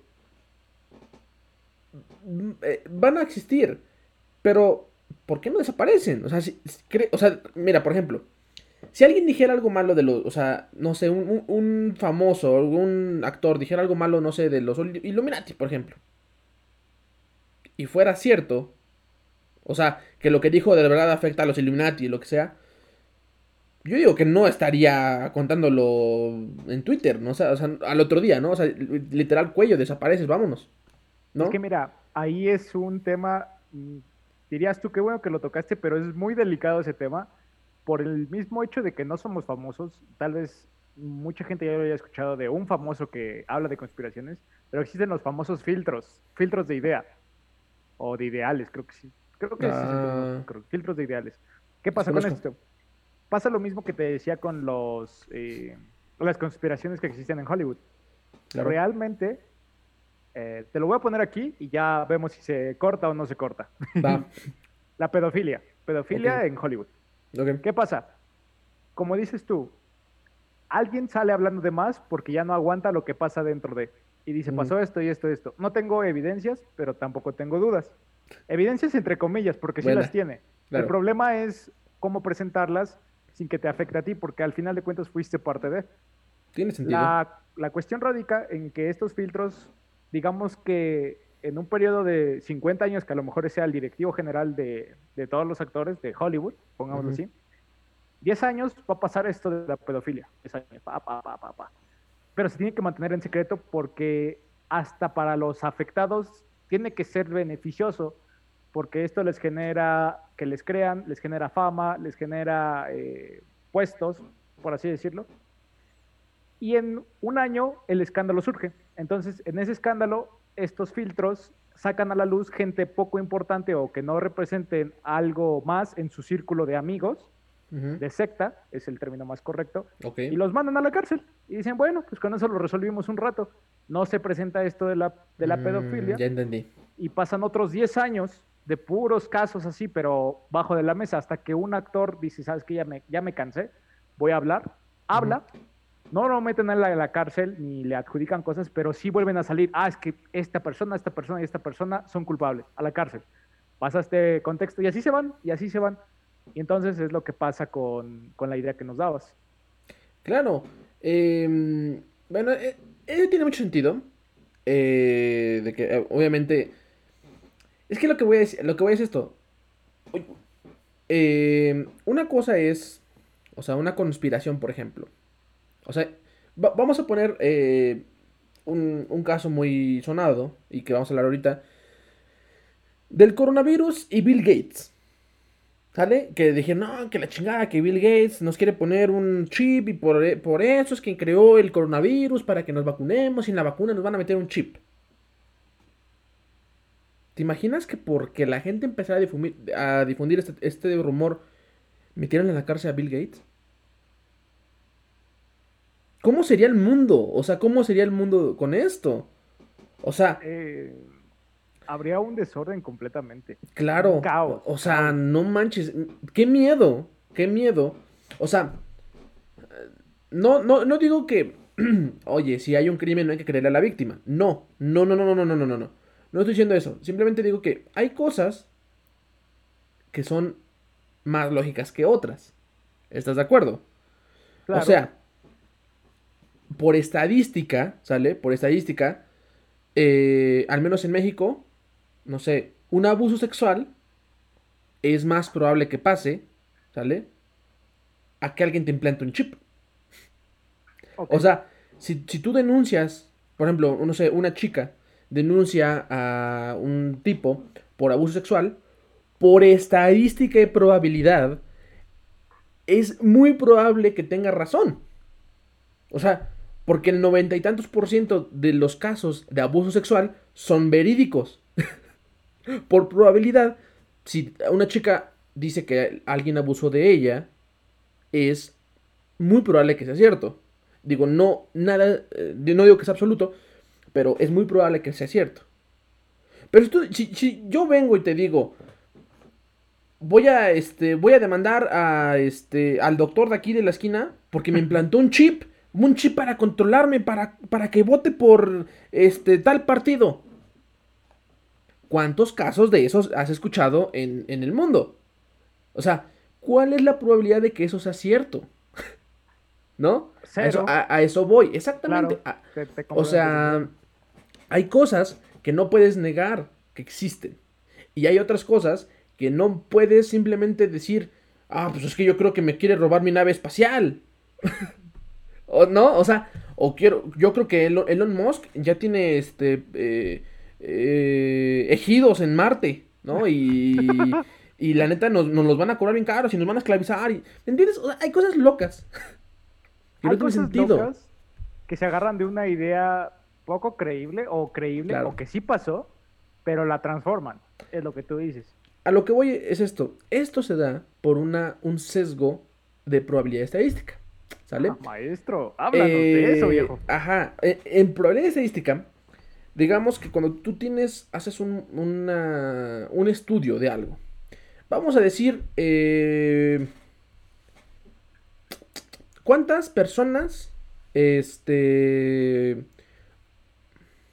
[SPEAKER 1] van a existir, pero ¿por qué no desaparecen? O sea, o sea, mira, por ejemplo, si alguien dijera algo malo de los, o sea, no sé, un famoso, algún actor dijera algo malo, no sé, de los Illuminati, por ejemplo, y fuera cierto, o sea, que lo que dijo de verdad afecta a los Illuminati, lo que sea, yo digo que no estaría contándolo en Twitter, ¿no? O sea, al otro día, ¿no? O sea, literal cuello, desapareces, vámonos,
[SPEAKER 2] Es que
[SPEAKER 1] ¿no?
[SPEAKER 2] mira, ahí es un tema, dirías tú qué bueno que lo tocaste, pero es muy delicado ese tema por el mismo hecho de que no somos famosos. Tal vez mucha gente ya lo haya escuchado de un famoso que habla de conspiraciones, pero existen los famosos filtros, filtros de idea o de ideales, creo que sí. Creo que ese es el término,
[SPEAKER 1] Ah,
[SPEAKER 2] filtros de ideales. ¿Qué pasa con
[SPEAKER 1] desconozco,
[SPEAKER 2] esto? Pasa lo mismo que te decía con las conspiraciones que existen en Hollywood.
[SPEAKER 1] claro.
[SPEAKER 2] Realmente te lo voy a poner aquí y ya vemos si se corta o no se corta.
[SPEAKER 1] Va,
[SPEAKER 2] La pedofilia.
[SPEAKER 1] ok,
[SPEAKER 2] Pedofilia en Hollywood.
[SPEAKER 1] ok.
[SPEAKER 2] ¿Qué pasa? Como dices tú, alguien sale hablando de más porque ya no aguanta lo que pasa dentro de. y dice,
[SPEAKER 1] Ujú.
[SPEAKER 2] pasó esto y esto y esto. No tengo evidencias, pero tampoco tengo dudas. Evidencias entre comillas, porque sí las
[SPEAKER 1] Buena,
[SPEAKER 2] tiene. El
[SPEAKER 1] claro.
[SPEAKER 2] problema es cómo presentarlas sin que te afecte a ti, porque al final de cuentas fuiste parte de.
[SPEAKER 1] Tiene sentido.
[SPEAKER 2] La cuestión radica en que estos filtros, digamos que en un periodo de 50 años, que a lo mejor sea el directivo general de todos los actores de Hollywood, pongámoslo
[SPEAKER 1] Ujú.
[SPEAKER 2] así, 10 años va a pasar esto de la pedofilia. 10 años, pa, pa, pa, pa, pa. Pero se tiene que mantener en secreto porque hasta para los afectados tiene que ser beneficioso porque esto les genera que les crean, les genera fama, les genera puestos, por así decirlo, y en un año el escándalo surge. Entonces, en ese escándalo, estos filtros sacan a la luz gente poco importante o que no representen algo más en su círculo de amigos,
[SPEAKER 1] Ujú.
[SPEAKER 2] de secta, es el término más correcto,
[SPEAKER 1] Ok.
[SPEAKER 2] y los mandan a la cárcel. Y dicen, bueno, pues con eso lo resolvimos un rato. No se presenta esto de la pedofilia
[SPEAKER 1] Ya entendí.
[SPEAKER 2] y pasan otros 10 años de puros casos así, pero bajo de la mesa, hasta que un actor dice, sabes que ya me cansé, voy a hablar,
[SPEAKER 1] Ujú.
[SPEAKER 2] habla, no lo meten en la cárcel ni le adjudican cosas, pero sí vuelven a salir, es que esta persona y esta persona son culpables, a la cárcel. Pasa este contexto y así se van, y así se van. Y entonces es lo que pasa con la idea que nos dabas.
[SPEAKER 1] Claro. Bueno, tiene mucho sentido. De que, obviamente. Es que lo que voy a decir, lo que voy a decir es esto. Una cosa es. O sea, una conspiración, por ejemplo. O sea, vamos a poner un caso muy sonado. Y que vamos a hablar ahorita. Del coronavirus y Bill Gates. ¿Sale? Que dije, no, que la chingada, que Bill Gates nos quiere poner un chip y por eso es quien creó el coronavirus para que nos vacunemos y en la vacuna nos van a meter un chip. ¿Te imaginas que porque la gente empezara a difundir este rumor, metieron en la cárcel a Bill Gates? ¿Cómo sería el mundo? O sea, ¿cómo sería el mundo con esto? O sea,
[SPEAKER 2] Eh, Habría un desorden completamente, un
[SPEAKER 1] claro,
[SPEAKER 2] caos,
[SPEAKER 1] o sea,
[SPEAKER 2] caos.
[SPEAKER 1] no manches, qué miedo, qué miedo. O sea, no digo que, oye, si hay un crimen no hay que creerle a la víctima. No, no, no, no, no, no, no, no, no. No estoy diciendo eso. Simplemente digo que hay cosas que son más lógicas que otras. ¿Estás de acuerdo? O
[SPEAKER 2] Claro,
[SPEAKER 1] sea, por estadística, ¿sale? Por estadística, al menos en México, no sé, un abuso sexual es más probable que pase, ¿sale? A que alguien te implante un chip.
[SPEAKER 2] ok.
[SPEAKER 1] O sea, si tú denuncias, por ejemplo, no sé, una chica denuncia a un tipo por abuso sexual, por estadística y probabilidad, es muy probable que tenga razón. O sea, porque el 90 y tantos % de los casos de abuso sexual son verídicos. Por probabilidad, si una chica dice que alguien abusó de ella, es muy probable que sea cierto. Digo, no, nada, no digo que sea absoluto, pero es muy probable que sea cierto. Pero si yo vengo y te digo, voy a demandar al doctor de aquí de la esquina porque me implantó un chip para controlarme, para que vote por tal partido. ¿Cuántos casos de esos has escuchado en el mundo? O sea, ¿cuál es la probabilidad de que eso sea cierto? ¿No?
[SPEAKER 2] Cero,
[SPEAKER 1] A eso voy, exactamente.
[SPEAKER 2] claro, te
[SPEAKER 1] O
[SPEAKER 2] complemento sin
[SPEAKER 1] sea,
[SPEAKER 2] problema.
[SPEAKER 1] hay cosas que no puedes negar que existen. Y hay otras cosas que no puedes simplemente decir, pues es que yo creo que me quiere robar mi nave espacial. O no, o sea, yo creo que Elon Musk ya tiene ejidos en Marte, ¿no? Y la neta nos los van a cobrar bien caros y nos van a esclavizar. ¿Me entiendes? O sea, hay cosas locas que no
[SPEAKER 2] Hay
[SPEAKER 1] tienen
[SPEAKER 2] cosas
[SPEAKER 1] sentido.
[SPEAKER 2] locas que se agarran de una idea poco creíble o
[SPEAKER 1] Claro.
[SPEAKER 2] que sí pasó, pero la transforman, es lo que tú dices.
[SPEAKER 1] A lo que voy es esto. Esto se da por un sesgo de probabilidad estadística. ¿Sale?
[SPEAKER 2] Maestro, háblanos de eso, viejo.
[SPEAKER 1] Ajá. En probabilidad estadística, digamos que cuando tú haces un estudio de algo. Vamos a decir, ¿cuántas personas, este,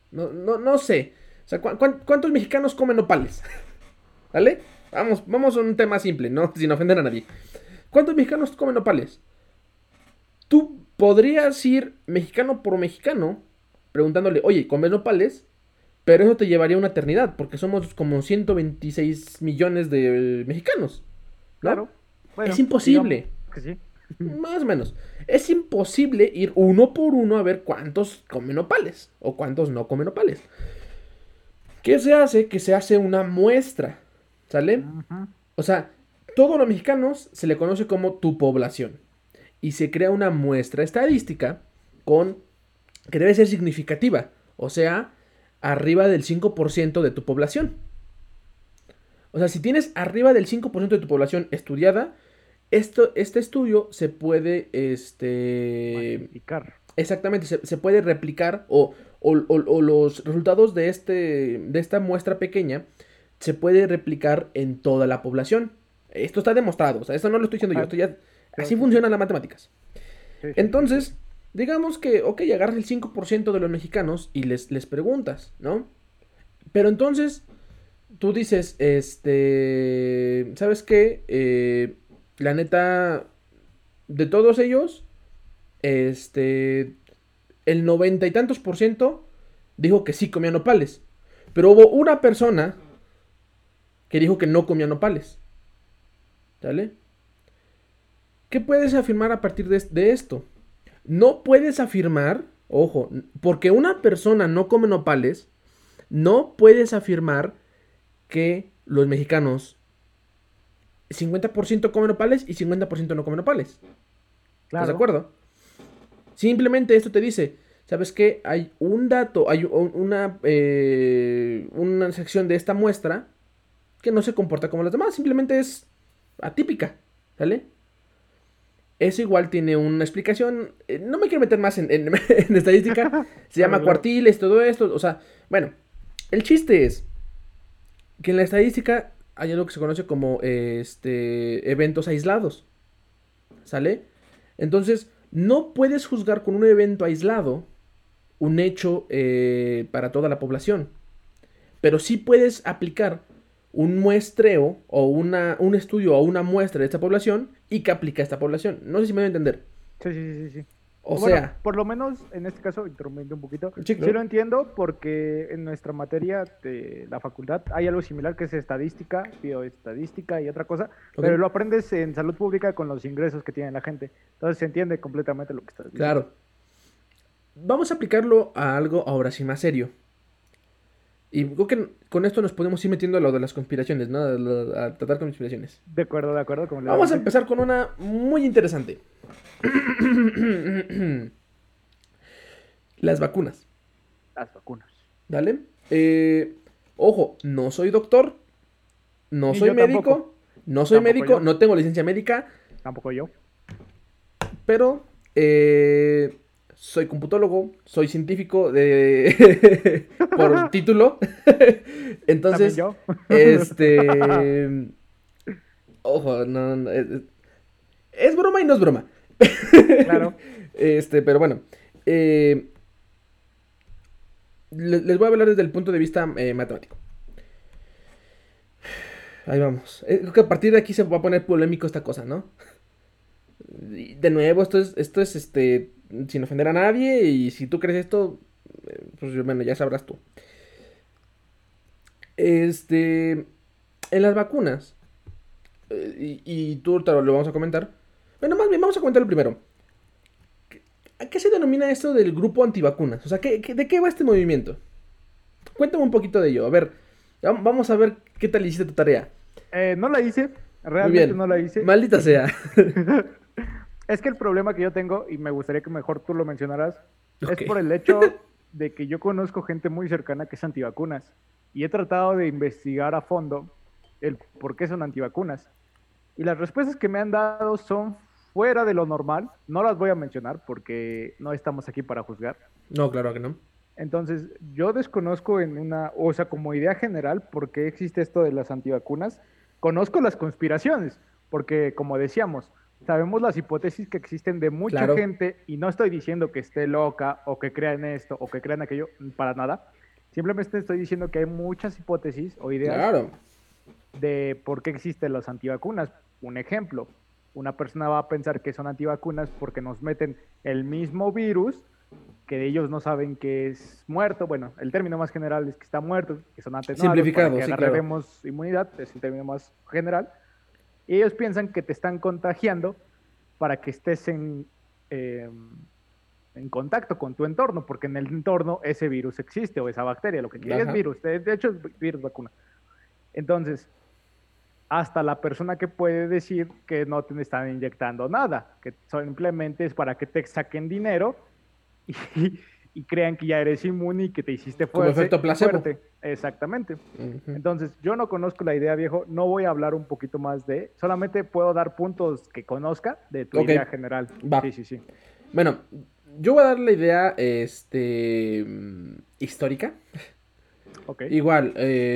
[SPEAKER 1] No sé. O sea, ¿cuántos mexicanos comen nopales? ¿Vale? Vamos a un tema simple, ¿no? Sin ofender a nadie. ¿Cuántos mexicanos comen nopales? Tú podrías ir mexicano por mexicano preguntándole, oye, ¿comes nopales? Pero eso te llevaría una eternidad, porque somos como 126 millones de mexicanos, ¿no?
[SPEAKER 2] Claro,
[SPEAKER 1] Es
[SPEAKER 2] bueno, digamos
[SPEAKER 1] imposible,
[SPEAKER 2] que sí.
[SPEAKER 1] más o menos. Es imposible ir uno por uno a ver cuántos comen nopales o cuántos no comen nopales. ¿Qué se hace? Que se hace una muestra, ¿sale?
[SPEAKER 2] Ujú.
[SPEAKER 1] O sea, todos los mexicanos se le conoce como tu población. Y se crea una muestra estadística con que debe ser significativa. O sea, arriba del 5% de tu población. O sea, si tienes arriba del 5% de tu población estudiada, este estudio se puede,
[SPEAKER 2] Masificar.
[SPEAKER 1] exactamente, se puede replicar o los resultados de esta muestra pequeña se puede replicar en toda la población. Esto está demostrado, o sea, esto no lo estoy diciendo yo,
[SPEAKER 2] Ah,
[SPEAKER 1] esto ya,
[SPEAKER 2] sí,
[SPEAKER 1] así
[SPEAKER 2] sí, sí.
[SPEAKER 1] funcionan las matemáticas.
[SPEAKER 2] Sí, sí, sí.
[SPEAKER 1] Entonces, digamos que, ok, agarras el 5% de los mexicanos y les preguntas, ¿no? Pero entonces, tú dices, ¿sabes qué? La neta, de todos ellos, este, el 90 y tantos % dijo que sí comía nopales. Pero hubo una persona que dijo que no comía nopales. ¿Sale? ¿Qué puedes afirmar a partir de esto? No puedes afirmar, ojo, porque una persona no come nopales, no puedes afirmar que los mexicanos 50% comen nopales y 50% no comen nopales. ¿Estás de
[SPEAKER 2] Claro.
[SPEAKER 1] acuerdo? Simplemente esto te dice, ¿sabes qué? Hay un dato, hay una sección de esta muestra que no se comporta como las demás, simplemente es atípica, ¿sale? Eso igual tiene una explicación, no me quiero meter más en estadística, se
[SPEAKER 2] Claro,
[SPEAKER 1] llama
[SPEAKER 2] claro.
[SPEAKER 1] cuartiles, todo esto, o sea, bueno, el chiste es que en la estadística hay algo que se conoce como eventos aislados, ¿sale? Entonces, no puedes juzgar con un evento aislado un hecho para toda la población. Pero sí puedes aplicar un muestreo o un estudio o una muestra de esta población y que aplica a esta población. No sé si me voy a entender.
[SPEAKER 2] Sí, sí, sí, sí.
[SPEAKER 1] O
[SPEAKER 2] Bueno,
[SPEAKER 1] sea,
[SPEAKER 2] por lo menos en este caso, interrumpiendo un poquito,
[SPEAKER 1] sí,
[SPEAKER 2] sí
[SPEAKER 1] claro.
[SPEAKER 2] lo entiendo porque en nuestra materia de la facultad hay algo similar que es estadística, bioestadística y otra cosa,
[SPEAKER 1] Ok,
[SPEAKER 2] pero lo aprendes en salud pública con los ingresos que tiene la gente. Entonces se entiende completamente lo que estás diciendo.
[SPEAKER 1] claro. Vamos a aplicarlo a algo ahora sí más serio. Y creo que con esto nos podemos ir metiendo a lo de las conspiraciones, ¿no? A tratar conspiraciones.
[SPEAKER 2] De acuerdo,
[SPEAKER 1] Vamos a
[SPEAKER 2] completamente.
[SPEAKER 1] empezar con una muy interesante. Las vacunas,
[SPEAKER 2] Las vacunas.
[SPEAKER 1] ¿vale? Ojo, no soy doctor, no
[SPEAKER 2] Ni
[SPEAKER 1] soy
[SPEAKER 2] yo tampoco,
[SPEAKER 1] médico, no soy
[SPEAKER 2] tampoco
[SPEAKER 1] médico,
[SPEAKER 2] yo,
[SPEAKER 1] no tengo licencia médica,
[SPEAKER 2] tampoco yo.
[SPEAKER 1] pero soy computólogo, soy científico de por título.
[SPEAKER 2] También
[SPEAKER 1] Entonces,
[SPEAKER 2] yo.
[SPEAKER 1] este, ojo, no, es broma y no es broma.
[SPEAKER 2] Claro.
[SPEAKER 1] Pero bueno, eh, les voy a hablar desde el punto de vista matemático. Ahí vamos. Creo que a partir de aquí se va a poner polémico esta cosa, ¿no? Y de nuevo, esto es sin ofender a nadie. Y si tú crees esto, pues bueno, ya sabrás tú. Este. En las vacunas, y tú ahorita lo vamos a comentar. Bueno, más bien, vamos a comentarlo primero. ¿A qué se denomina esto del grupo antivacunas? O sea, de qué va este movimiento? Cuéntame un poquito de ello. A ver, vamos a ver qué tal hiciste tu tarea.
[SPEAKER 2] No la hice,
[SPEAKER 1] Muy
[SPEAKER 2] realmente
[SPEAKER 1] bien.
[SPEAKER 2] no la hice.
[SPEAKER 1] Maldita sea.
[SPEAKER 2] Es que el problema que yo tengo, y me gustaría que mejor tú lo mencionaras, es
[SPEAKER 1] Ok.
[SPEAKER 2] por el hecho de que yo conozco gente muy cercana que es antivacunas y he tratado de investigar a fondo el por qué son antivacunas. Y las respuestas que me han dado son fuera de lo normal. No las voy a mencionar porque no estamos aquí para juzgar.
[SPEAKER 1] No, claro que no.
[SPEAKER 2] Entonces, yo desconozco en una, o sea, como idea general, por qué existe esto de las antivacunas. Conozco las conspiraciones, porque como decíamos, sabemos las hipótesis que existen de mucha
[SPEAKER 1] Claro.
[SPEAKER 2] gente y no estoy diciendo que esté loca o que crean esto o que crean aquello, para nada. Simplemente estoy diciendo que hay muchas hipótesis o ideas
[SPEAKER 1] Claro.
[SPEAKER 2] de por qué existen los antivacunas. Un ejemplo, una persona va a pensar que son antivacunas porque nos meten el mismo virus que ellos no saben que es muerto. Bueno, el término más general es que está muerto, que son atenuados para
[SPEAKER 1] Simplificado,
[SPEAKER 2] que
[SPEAKER 1] sí, claro.
[SPEAKER 2] agarremos inmunidad, es el término más general. Y ellos piensan que te están contagiando para que estés en contacto con tu entorno, porque en el entorno ese virus existe o esa bacteria, lo que quiere es
[SPEAKER 1] Ajá.
[SPEAKER 2] virus, de hecho es virus vacuna. Entonces, hasta la persona que puede decir que no te están inyectando nada, que simplemente es para que te saquen dinero y, y crean que ya eres inmune y que te hiciste
[SPEAKER 1] Como
[SPEAKER 2] fuerte,
[SPEAKER 1] efecto placebo.
[SPEAKER 2] fuerte. Exactamente.
[SPEAKER 1] Ujú.
[SPEAKER 2] Entonces, yo no conozco la idea, viejo, no voy a hablar un poquito más solamente puedo dar puntos que conozca de tu
[SPEAKER 1] Ok,
[SPEAKER 2] idea general. Sí,
[SPEAKER 1] va.
[SPEAKER 2] sí, sí.
[SPEAKER 1] Bueno, yo voy a dar la idea, histórica.
[SPEAKER 2] Ok.
[SPEAKER 1] Igual,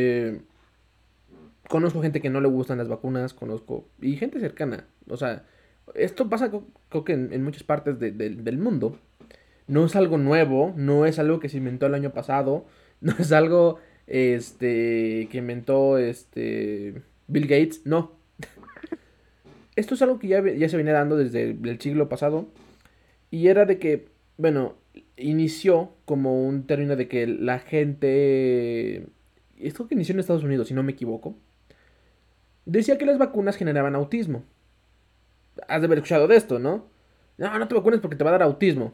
[SPEAKER 1] conozco gente que no le gustan las vacunas, conozco, y gente cercana. O sea, esto pasa creo que en muchas partes del mundo. No es algo nuevo, no es algo que se inventó el año pasado, no es algo que inventó Bill Gates, no. Esto es algo que ya se venía dando desde el siglo pasado y era de que, bueno, inició como un término de que la gente, esto que inició en Estados Unidos, si no me equivoco, decía que las vacunas generaban autismo. Has de haber escuchado de esto, ¿no? No, no te vacunes porque te va a dar autismo.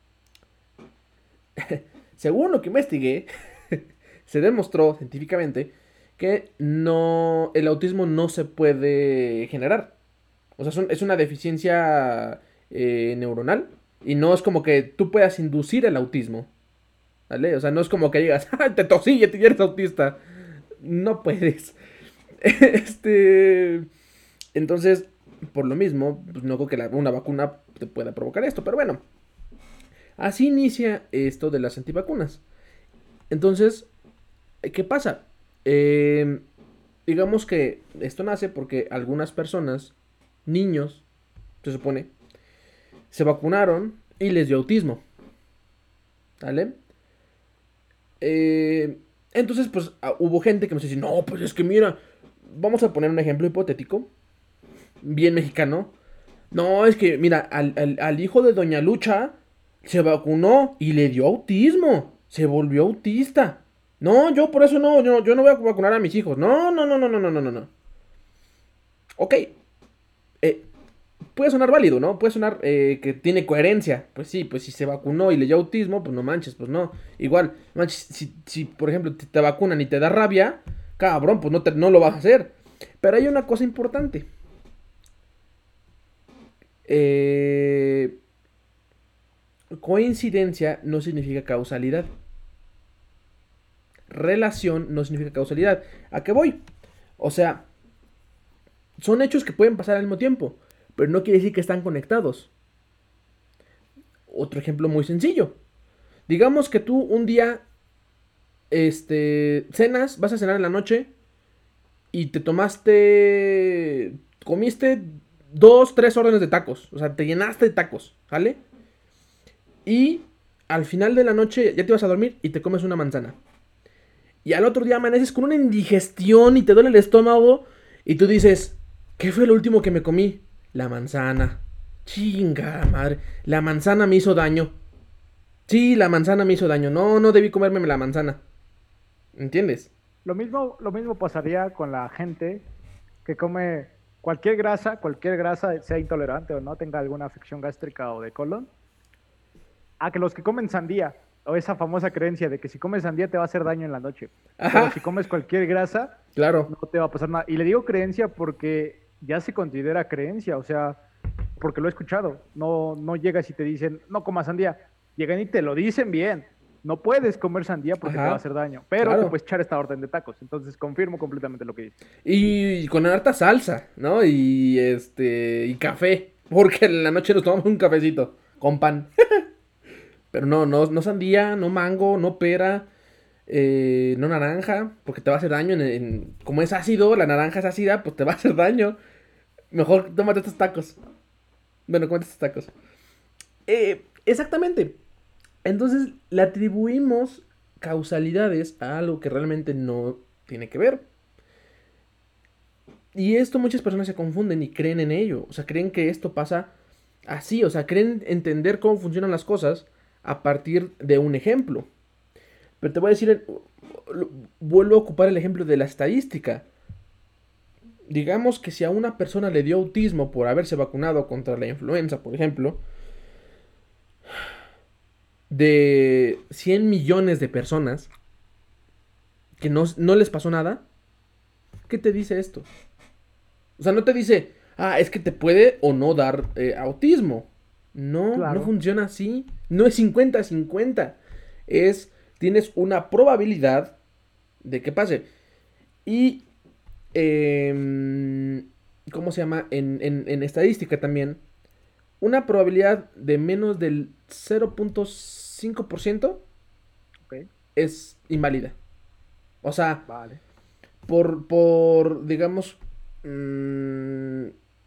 [SPEAKER 1] Según lo que investigué, se demostró científicamente que no, el autismo no se puede generar. O sea, es una deficiencia neuronal y no es como que tú puedas inducir el autismo. ¿Vale? O sea, no es como que digas, ¡ay, te tosí, ya eres autista! No puedes. este. Entonces, por lo mismo, pues no creo que una vacuna te pueda provocar esto. Pero bueno, así inicia esto de las antivacunas. Entonces, ¿qué pasa? Digamos que esto nace porque algunas personas, niños, se supone, se vacunaron y les dio autismo. ¿Vale? Entonces, pues hubo gente que me dice, no, pues es que mira, vamos a poner un ejemplo hipotético, bien mexicano. No, es que mira, al hijo de Doña Lucha se vacunó y le dio autismo, se volvió autista. No, yo por eso no, yo no voy a vacunar a mis hijos. No, no, no, no, no, no, no, no. Ok, eh, puede sonar válido, ¿no? Puede sonar que tiene coherencia. Pues sí, pues si se vacunó y le dio autismo, pues no manches, pues no. Igual, manches, si por ejemplo te vacunan y te da rabia, cabrón, pues no lo vas a hacer. Pero hay una cosa importante. Eh, Coincidencia no significa causalidad. Relación no significa causalidad. ¿A qué voy? O sea, son hechos que pueden pasar al mismo tiempo, pero no quiere decir que están conectados. Otro ejemplo muy sencillo. Digamos que tú un día, cenas, vas a cenar en la noche y comiste 2, 3 órdenes de tacos. O sea, te llenaste de tacos, ¿vale? Y al final de la noche ya te vas a dormir y te comes una manzana. Y al otro día amaneces con una indigestión y te duele el estómago y tú dices, ¿qué fue lo último que me comí? La manzana. Chinga madre, la manzana me hizo daño. Sí, la manzana me hizo daño. No, no debí comerme la manzana. ¿Entiendes?
[SPEAKER 2] Lo mismo pasaría con la gente que come cualquier grasa, sea intolerante o no, tenga alguna afección gástrica o de colon, a que los que comen sandía, o esa famosa creencia de que si comes sandía te va a hacer daño en la noche, pero
[SPEAKER 1] Ajá,
[SPEAKER 2] si comes cualquier grasa,
[SPEAKER 1] claro.
[SPEAKER 2] no te va a pasar nada. Y le digo creencia porque ya se considera creencia, o sea, porque lo he escuchado. No, no llegas y te dicen, no comas sandía. Llegan y te lo dicen bien. No puedes comer sandía porque te va a
[SPEAKER 1] Ajá,
[SPEAKER 2] hacer daño, pero te
[SPEAKER 1] claro.
[SPEAKER 2] puedes echar esta orden de tacos. Entonces confirmo completamente lo que dices.
[SPEAKER 1] Y con harta salsa, ¿no? Y café. Porque en la noche nos tomamos un cafecito con pan. Pero no sandía, no mango, no pera, no naranja, porque te va a hacer daño. Como es ácido, la naranja es ácida, pues te va a hacer daño. Mejor tómate estos tacos. Bueno, cómete estos tacos. Exactamente. Entonces le atribuimos causalidades a algo que realmente no tiene que ver. Y esto muchas personas se confunden y creen en ello. O sea, creen que esto pasa así. O sea, creen entender cómo funcionan las cosas a partir de un ejemplo. Pero te voy a decir, vuelvo a ocupar el ejemplo de la estadística. Digamos que si a una persona le dio autismo por haberse vacunado contra la influenza, por ejemplo, de 100 millones de personas que no les pasó nada, ¿qué te dice esto? O sea, no te dice, es que te puede o no dar autismo. No, no
[SPEAKER 2] Claro.
[SPEAKER 1] funciona así. No es 50-50. Tienes una probabilidad de que pase. Y, ¿cómo se llama? En estadística también, una probabilidad de menos del 0.5%
[SPEAKER 2] Ok,
[SPEAKER 1] es inválida. O sea,
[SPEAKER 2] vale.
[SPEAKER 1] digamos, mmm,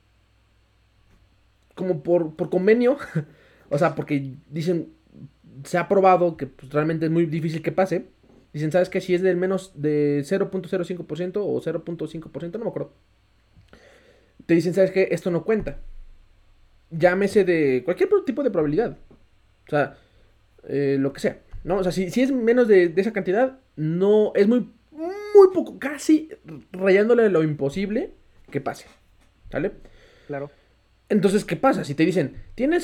[SPEAKER 1] como por convenio, o sea, porque dicen, se ha probado que pues, realmente es muy difícil que pase. Dicen, ¿sabes qué? Si es del menos de 0.05% o 0.5%, no me acuerdo. Te dicen, ¿sabes qué? Esto no cuenta. Llámese de cualquier tipo de probabilidad. O sea, lo que sea. ¿No? O sea, si es menos de esa cantidad, no es muy poco, casi rayándole lo imposible que pase. ¿Vale?
[SPEAKER 2] Claro.
[SPEAKER 1] Entonces, ¿qué pasa? Si te dicen, tienes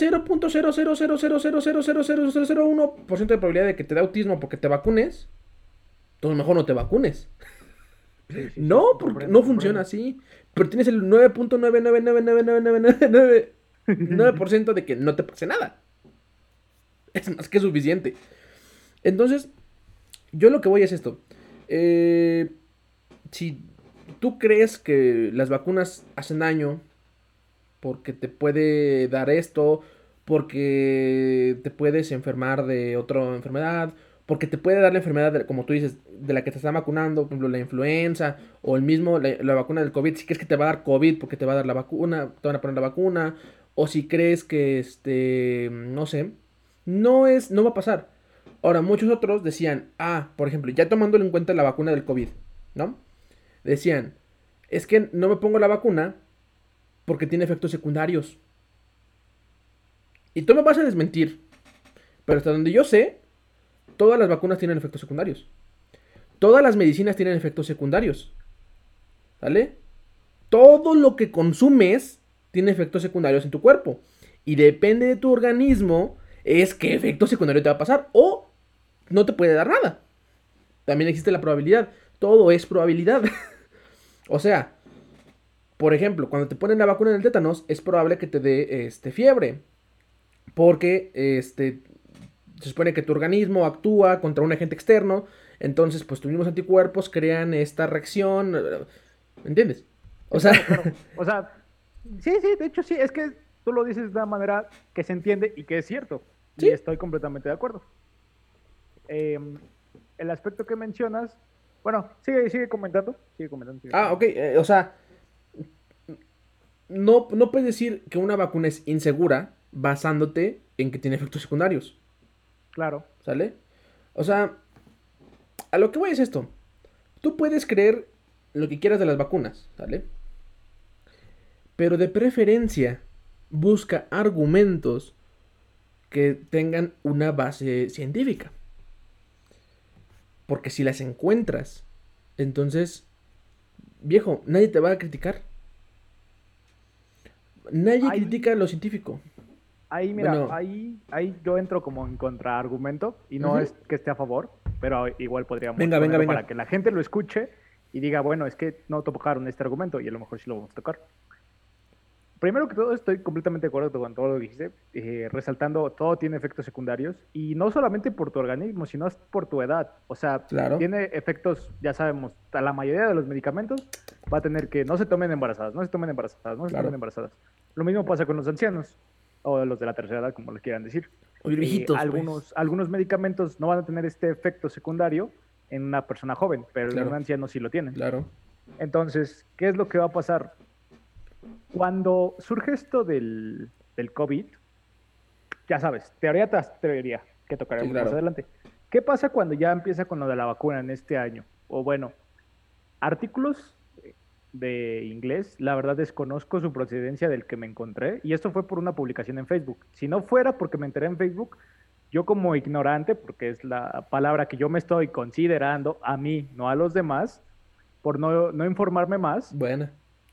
[SPEAKER 1] 0.00000000001% de probabilidad de que te dé autismo porque te vacunes, entonces mejor no te vacunes.
[SPEAKER 2] Sí, sí,
[SPEAKER 1] No,
[SPEAKER 2] sí.
[SPEAKER 1] porque
[SPEAKER 2] Comprendo,
[SPEAKER 1] no funciona
[SPEAKER 2] comprendo.
[SPEAKER 1] así. Pero tienes el 9.9999999% de que no te pase nada. Es más que suficiente. Entonces, yo lo que voy es esto. Eh, si tú crees que las vacunas hacen daño porque te puede dar esto, porque te puedes enfermar de otra enfermedad, porque te puede dar la enfermedad, como tú dices, de la que te está vacunando, por ejemplo, la influenza, o el mismo, la vacuna del COVID, si crees que te va a dar COVID porque te va a dar la vacuna, te van a poner la vacuna, o si crees que, no sé, no va a pasar. Ahora, muchos otros decían, por ejemplo, ya tomándolo en cuenta la vacuna del COVID, ¿no? Decían, es que no me pongo la vacuna porque tiene efectos secundarios. Y tú me vas a desmentir, pero hasta donde yo sé, todas las vacunas tienen efectos secundarios. Todas las medicinas tienen efectos secundarios. ¿Vale? Todo lo que consumes tiene efectos secundarios en tu cuerpo. Y depende de tu organismo, es qué efecto secundario te va a pasar. O no te puede dar nada. También existe la probabilidad. Todo es probabilidad. O sea, por ejemplo, cuando te ponen la vacuna del tétanos, es probable que te dé fiebre. Porque se supone que tu organismo actúa contra un agente externo, entonces pues tus mismos anticuerpos crean esta reacción, ¿me entiendes? O
[SPEAKER 2] Sí,
[SPEAKER 1] sea,
[SPEAKER 2] claro, claro. O sea, sí, sí, de hecho sí, es que tú lo dices de una manera que se entiende y que es cierto. Y
[SPEAKER 1] sí.
[SPEAKER 2] estoy completamente de acuerdo. Eh, el aspecto que mencionas, bueno, sigue comentando, sigue comentando, sigue
[SPEAKER 1] Ok,
[SPEAKER 2] comentando.
[SPEAKER 1] o sea, no puedes decir que una vacuna es insegura basándote en que tiene efectos secundarios,
[SPEAKER 2] Claro,
[SPEAKER 1] ¿sale? O sea, a lo que voy es esto. Tú puedes creer lo que quieras de las vacunas, ¿sale? Pero de preferencia busca argumentos que tengan una base científica. Porque si las encuentras, entonces, viejo, nadie te va a criticar. Nadie critica
[SPEAKER 2] ahí,
[SPEAKER 1] lo científico.
[SPEAKER 2] ahí, mira,
[SPEAKER 1] Bueno,
[SPEAKER 2] ahí yo entro como en contraargumento y no
[SPEAKER 1] ujú.
[SPEAKER 2] es que esté a favor, pero igual podríamos
[SPEAKER 1] Venga, venga,
[SPEAKER 2] ponerlo
[SPEAKER 1] venga.
[SPEAKER 2] para que la gente lo escuche y diga, bueno, es que no tocaron este argumento y a lo mejor sí lo vamos a tocar. Primero que todo, estoy completamente de acuerdo con todo lo que dijiste, resaltando, todo tiene efectos secundarios y no solamente por tu organismo, sino por tu edad. O sea,
[SPEAKER 1] Claro,
[SPEAKER 2] tiene efectos, ya sabemos, a la mayoría de los medicamentos va a tener que no se tomen embarazadas, no se tomen embarazadas, no se tomen
[SPEAKER 1] claro.
[SPEAKER 2] embarazadas. Lo mismo pasa con los ancianos o los de la tercera edad, como le quieran decir.
[SPEAKER 1] Oye, viejitos, pues.
[SPEAKER 2] Algunos medicamentos no van a tener este efecto secundario en una persona joven, pero en un
[SPEAKER 1] Claro,
[SPEAKER 2] anciano sí lo tienen.
[SPEAKER 1] claro.
[SPEAKER 2] Entonces, ¿qué es lo que va a pasar? Cuando surge esto del COVID, ya sabes, teoría tras teoría, que
[SPEAKER 1] Sí,
[SPEAKER 2] tocaremos más
[SPEAKER 1] claro.
[SPEAKER 2] adelante. ¿Qué pasa cuando ya empieza con lo de la vacuna en este año? O bueno, artículos de inglés, la verdad desconozco su procedencia del que me encontré, y esto fue por una publicación en Facebook. Si no fuera porque me enteré en Facebook, yo como ignorante, porque es la palabra que yo me estoy considerando a mí, no a los demás, por no informarme más,
[SPEAKER 1] Bueno.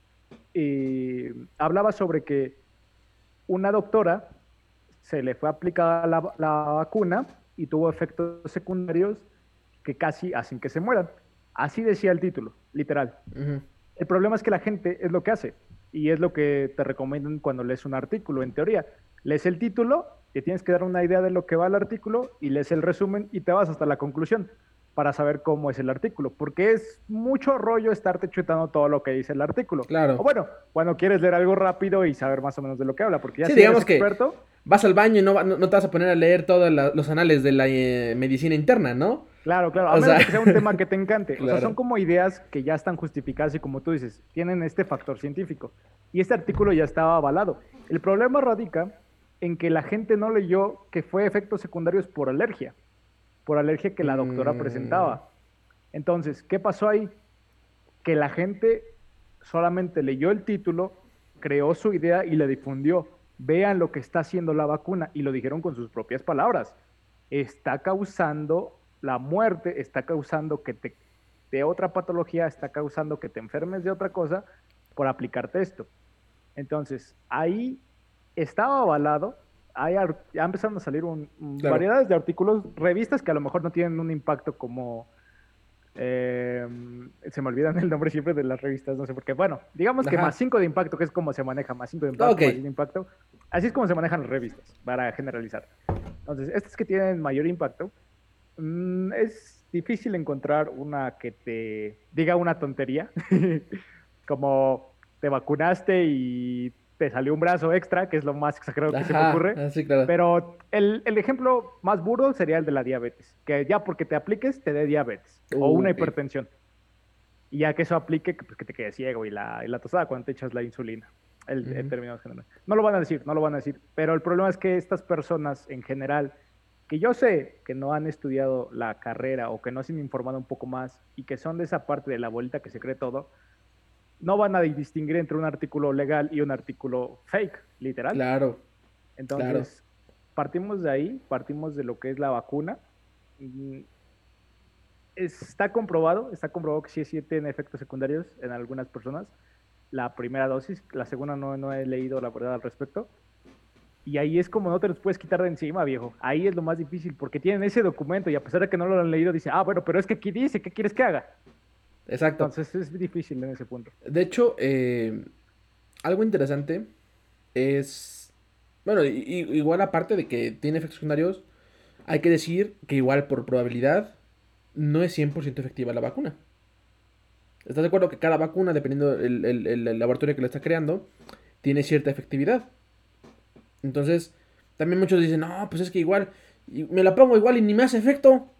[SPEAKER 2] hablaba sobre que una doctora se le fue aplicada la vacuna y tuvo efectos secundarios que casi hacen que se mueran. Así decía el título, literal.
[SPEAKER 1] Ujú.
[SPEAKER 2] El problema es que la gente es lo que hace y es lo que te recomiendan cuando lees un artículo, en teoría. Lees el título, te tienes que dar una idea de lo que va el artículo y lees el resumen y te vas hasta la conclusión para saber cómo es el artículo, porque es mucho rollo estarte chutando todo lo que dice el artículo. O
[SPEAKER 1] Claro.
[SPEAKER 2] bueno, cuando quieres leer algo rápido y saber más o menos de lo que habla, porque ya
[SPEAKER 1] Sí,
[SPEAKER 2] si eres
[SPEAKER 1] digamos que
[SPEAKER 2] experto,
[SPEAKER 1] vas al baño y no te vas a poner a leer todos los anales de la medicina interna, ¿no?
[SPEAKER 2] claro, claro, a
[SPEAKER 1] O
[SPEAKER 2] menos
[SPEAKER 1] sea,
[SPEAKER 2] de que sea un tema que te encante. O sea, son
[SPEAKER 1] claro.
[SPEAKER 2] como ideas que ya están justificadas y como tú dices, tienen este factor científico. Y este artículo ya estaba avalado. El problema radica en que la gente no leyó que fue efectos secundarios por alergia que la doctora
[SPEAKER 1] Mm,
[SPEAKER 2] presentaba. Entonces, ¿qué pasó ahí? Que la gente solamente leyó el título, creó su idea y la difundió. Vean lo que está haciendo la vacuna y lo dijeron con sus propias palabras. Está causando la muerte, está causando que te de otra patología, está causando que te enfermes de otra cosa por aplicarte esto. Entonces, ahí estaba avalado, ya empezaron a salir
[SPEAKER 1] claro.
[SPEAKER 2] variedades de artículos, revistas que a lo mejor no tienen un impacto como eh, se me olvidan el nombre siempre de las revistas, no sé por qué. Bueno, digamos que más
[SPEAKER 1] Ajá.
[SPEAKER 2] 5 de impacto, que es como se maneja, más 5 de impacto,
[SPEAKER 1] Ok.
[SPEAKER 2] más 10 de impacto. Así es como se manejan las revistas, para generalizar. Entonces, estas que tienen mayor impacto, es difícil encontrar una que te diga una tontería, como te vacunaste y te salió un brazo extra, que es lo más exagerado que se me
[SPEAKER 1] Ajá.
[SPEAKER 2] ocurre.
[SPEAKER 1] Así, claro.
[SPEAKER 2] Pero el ejemplo más burdo sería el de la diabetes, que ya porque te apliques te dé diabetes o una
[SPEAKER 1] Ok.
[SPEAKER 2] hipertensión. Y ya que eso aplique, pues, que te quede ciego y la tosada cuando te echas la insulina, el
[SPEAKER 1] Ujú.
[SPEAKER 2] término general. No lo van a decir, no lo van a decir, pero el problema es que estas personas en general, que yo sé que no han estudiado la carrera o que no se han informado un poco más y que son de esa parte de la bolita que se cree todo, no van a distinguir entre un artículo legal y un artículo fake, literal.
[SPEAKER 1] Claro. Claro.
[SPEAKER 2] Entonces, partimos de ahí, partimos de lo que es la vacuna. Mm, está comprobado que sí tiene efectos secundarios en algunas personas. La primera dosis, la segunda no he leído la verdad al respecto. Y ahí es como no te los puedes quitar de encima, viejo. Ahí es lo más difícil, porque tienen ese documento y a pesar de que no lo han leído, dice, ah, bueno, pero es que aquí dice, ¿qué quieres que haga?
[SPEAKER 1] Exacto.
[SPEAKER 2] Entonces es difícil en ese punto.
[SPEAKER 1] De hecho, algo interesante es, bueno, igual aparte de que tiene efectos secundarios, hay que decir que igual por probabilidad no es 100% efectiva la vacuna. ¿Estás de acuerdo que cada vacuna, dependiendo el laboratorio que la está creando, tiene cierta efectividad? Entonces, también muchos dicen, no, pues es que igual, me la pongo igual y ni me hace efecto.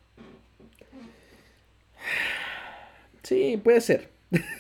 [SPEAKER 1] Sí, puede ser.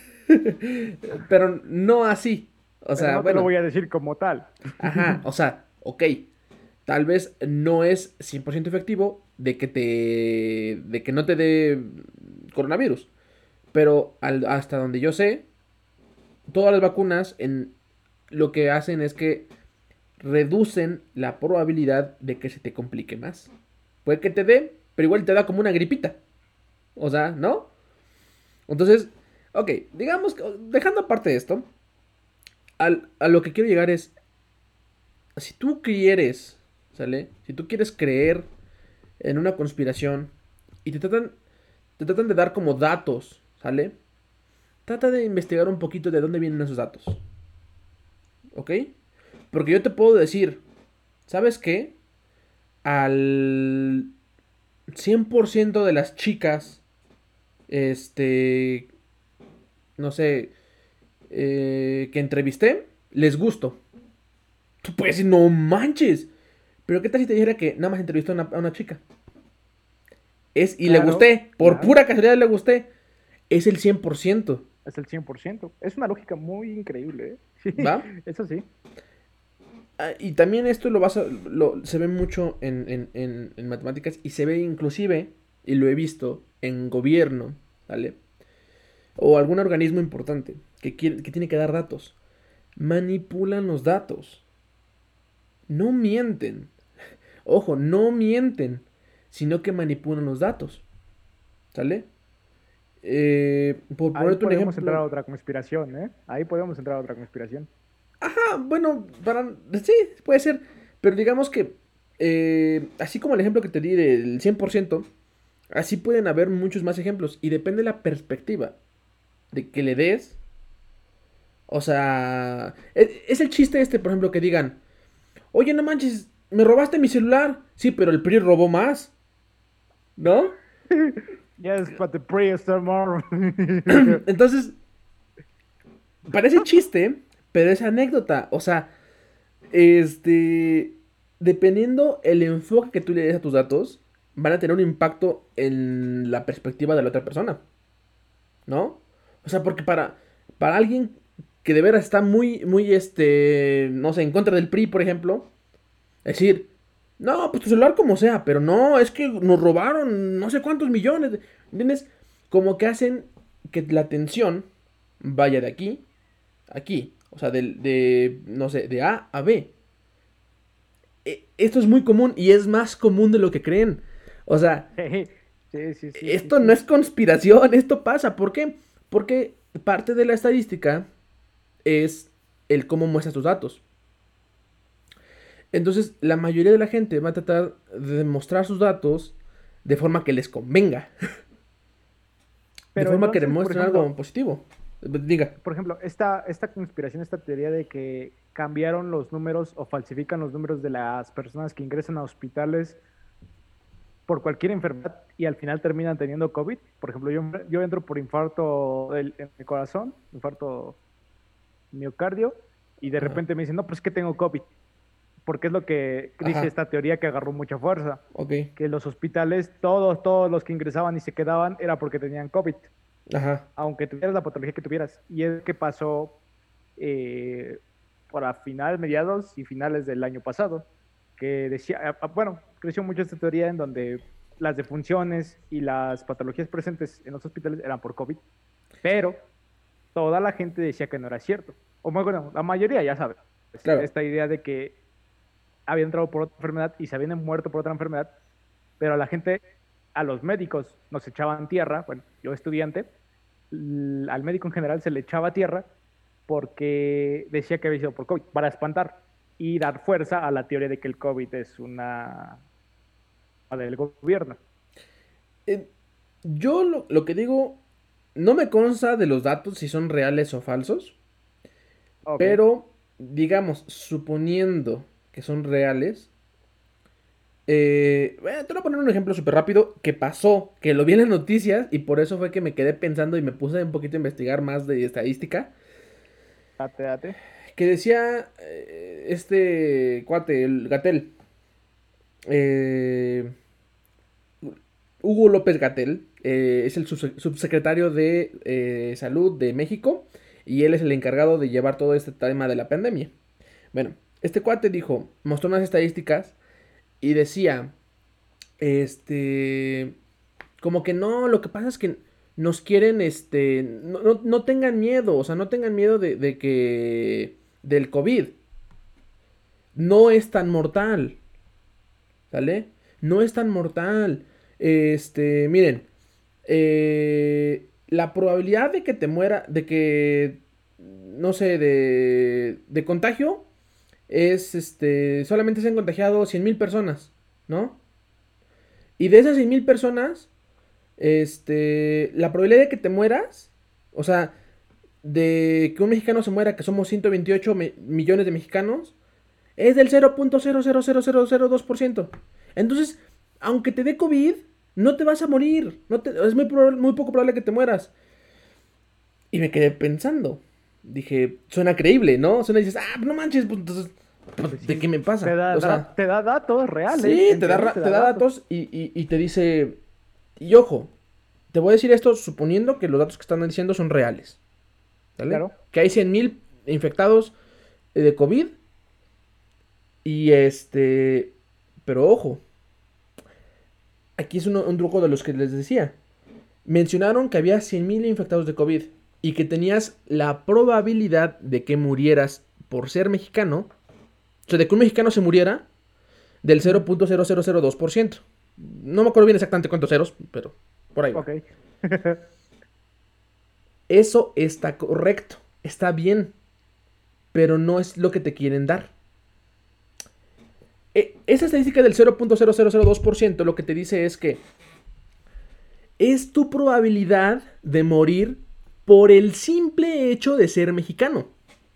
[SPEAKER 1] Pero no así. O
[SPEAKER 2] Pero
[SPEAKER 1] sea,
[SPEAKER 2] no te lo
[SPEAKER 1] bueno,
[SPEAKER 2] voy a decir como tal.
[SPEAKER 1] ajá, o sea, ok. Tal vez no es 100% efectivo de que no te dé coronavirus. Pero hasta donde yo sé, todas las vacunas lo que hacen es que reducen la probabilidad de que se te complique más. Puede que te dé, pero igual te da como una gripita. O sea, ¿no? Entonces, ok, digamos, dejando aparte de esto, a lo que quiero llegar es, si tú quieres, ¿sale? Si tú quieres creer en una conspiración y te tratan de dar como datos, ¿sale? Trata de investigar un poquito de dónde vienen esos datos, ¿ok? Porque yo te puedo decir, ¿sabes qué? Al 100% de las chicas, este, no sé, que entrevisté, les gusto. Tú puedes decir, no manches. Pero ¿qué tal si te dijera que nada más entrevistó a una chica? Y le
[SPEAKER 2] Claro,
[SPEAKER 1] gusté, por
[SPEAKER 2] claro.
[SPEAKER 1] pura casualidad le gusté. Es el 100%.
[SPEAKER 2] Es el 100%. Es una lógica muy increíble, ¿eh?
[SPEAKER 1] ¿Va?
[SPEAKER 2] Eso sí.
[SPEAKER 1] Y también esto se ve mucho en matemáticas y se ve inclusive, y lo he visto, en gobierno, ¿vale? O algún organismo importante que tiene que dar datos. Manipulan los datos. No mienten. Ojo, no mienten, sino que manipulan los datos. ¿Sale? Por
[SPEAKER 2] Ahí
[SPEAKER 1] ponerte un
[SPEAKER 2] podemos entrar a
[SPEAKER 1] ejemplo.
[SPEAKER 2] otra conspiración, ¿eh? Ahí podemos entrar a otra conspiración.
[SPEAKER 1] Ah, bueno, sí, puede ser. Pero digamos que, así como el ejemplo que te di del 100%, así pueden haber muchos más ejemplos. Y depende de la perspectiva de que le des. O sea, es el chiste este, por ejemplo, que digan, oye, no manches, me robaste mi celular. Sí, pero el PRI robó más, ¿no?
[SPEAKER 2] Yes, but the priest are more.
[SPEAKER 1] Entonces, parece chiste, pero es anécdota. O sea, dependiendo el enfoque que tú le des a tus datos, van a tener un impacto en la perspectiva de la otra persona, ¿no? O sea, porque para alguien que de veras está muy, no sé, en contra del PRI, por ejemplo, decir, no, pues tu celular como sea, pero no, es que nos robaron no sé cuántos millones, ¿entiendes? Como que hacen que la atención vaya de aquí a aquí, o sea, no sé, de A a B. Esto es muy común y es más común de lo que creen. O sea,
[SPEAKER 2] Sí, sí, sí, sí,
[SPEAKER 1] esto no
[SPEAKER 2] sí.
[SPEAKER 1] es conspiración, esto pasa. ¿Por qué? Porque parte de la estadística es el cómo muestras tus datos. Entonces, la mayoría de la gente va a tratar de mostrar sus datos de forma que les convenga. De
[SPEAKER 2] Pero
[SPEAKER 1] forma que
[SPEAKER 2] entonces,
[SPEAKER 1] demuestren algo positivo. Diga.
[SPEAKER 2] por ejemplo, esta conspiración, esta teoría de que cambiaron los números o falsifican los números de las personas que ingresan a hospitales por cualquier enfermedad y al final terminan teniendo COVID. Por ejemplo, yo entro por infarto en el corazón, infarto miocardio, y de
[SPEAKER 1] Ajá.
[SPEAKER 2] repente me dicen, no, pues que tengo COVID. Porque es lo que dice
[SPEAKER 1] Ajá.
[SPEAKER 2] esta teoría que agarró mucha fuerza,
[SPEAKER 1] Ok.
[SPEAKER 2] que los hospitales, todos los que ingresaban y se quedaban era porque tenían COVID,
[SPEAKER 1] Ajá.
[SPEAKER 2] aunque tuvieras la patología que tuvieras. Y es que pasó eh, para finales, mediados y finales del año pasado, que decía, bueno, creció mucho esta teoría en donde las defunciones y las patologías presentes en los hospitales eran por COVID, pero toda la gente decía que no era cierto. O bueno, la mayoría ya sabe.
[SPEAKER 1] Claro.
[SPEAKER 2] Esta idea de que habían entrado por otra enfermedad y se habían muerto por otra enfermedad, pero a la gente, a los médicos nos echaban tierra, bueno, yo estudiante, al médico en general se le echaba tierra porque decía que había sido por COVID, para espantar y dar fuerza a la teoría de que el COVID es una del gobierno.
[SPEAKER 1] Eh, yo lo que digo, no me consta de los datos si son reales o falsos,
[SPEAKER 2] Ok.
[SPEAKER 1] pero digamos, suponiendo que son reales, bueno, te voy a poner un ejemplo súper rápido que pasó, que lo vi en las noticias y por eso fue que me quedé pensando y me puse un poquito a investigar más de estadística,
[SPEAKER 2] Date, date.
[SPEAKER 1] que decía este cuate, el Gatel, eh, Hugo López Gatel, es el subsecretario de Salud de México y él es el encargado de llevar todo este tema de la pandemia. Bueno, este cuate dijo, mostró unas estadísticas y decía, este, como que no, lo que pasa es que nos quieren, no tengan miedo, o sea, no tengan miedo de que, del COVID, no es tan mortal, ¿sale? No es tan mortal. Miren, la probabilidad de que te muera, de que, no sé, de contagio, es, solamente se han contagiado 100,000 personas, ¿no? Y de esas 100,000 personas, la probabilidad de que te mueras, o sea, de que un mexicano se muera, que somos 128 millones de mexicanos, es del 0.0000002%. Entonces, aunque te dé COVID, no te vas a morir. Es muy poco probable que te mueras. Y me quedé pensando. Dije, suena creíble, ¿no? Suena y dices, ah, no manches, pues, entonces,
[SPEAKER 2] Pues
[SPEAKER 1] pues, ¿de
[SPEAKER 2] sí,
[SPEAKER 1] qué me pasa? O sea,
[SPEAKER 2] te da datos reales,
[SPEAKER 1] sí,
[SPEAKER 2] en serio, te
[SPEAKER 1] te
[SPEAKER 2] da
[SPEAKER 1] da
[SPEAKER 2] datos.
[SPEAKER 1] datos y te dice, y ojo, te voy a decir esto suponiendo que los datos que están diciendo son reales, ¿vale?
[SPEAKER 2] Claro.
[SPEAKER 1] Que hay 100,000 infectados de COVID Y pero ojo, aquí es un truco de los que les decía. Mencionaron que había 100,000 infectados de COVID y que tenías la probabilidad de que murieras por ser mexicano, o sea, de que un mexicano se muriera del 0.0002%. No me acuerdo bien exactamente cuántos ceros, pero por ahí va.
[SPEAKER 2] Ok.
[SPEAKER 1] Eso está correcto, está bien, pero no es lo que te quieren dar. Esa estadística del 0.0002% lo que te dice es que es tu probabilidad de morir por el simple hecho de ser mexicano.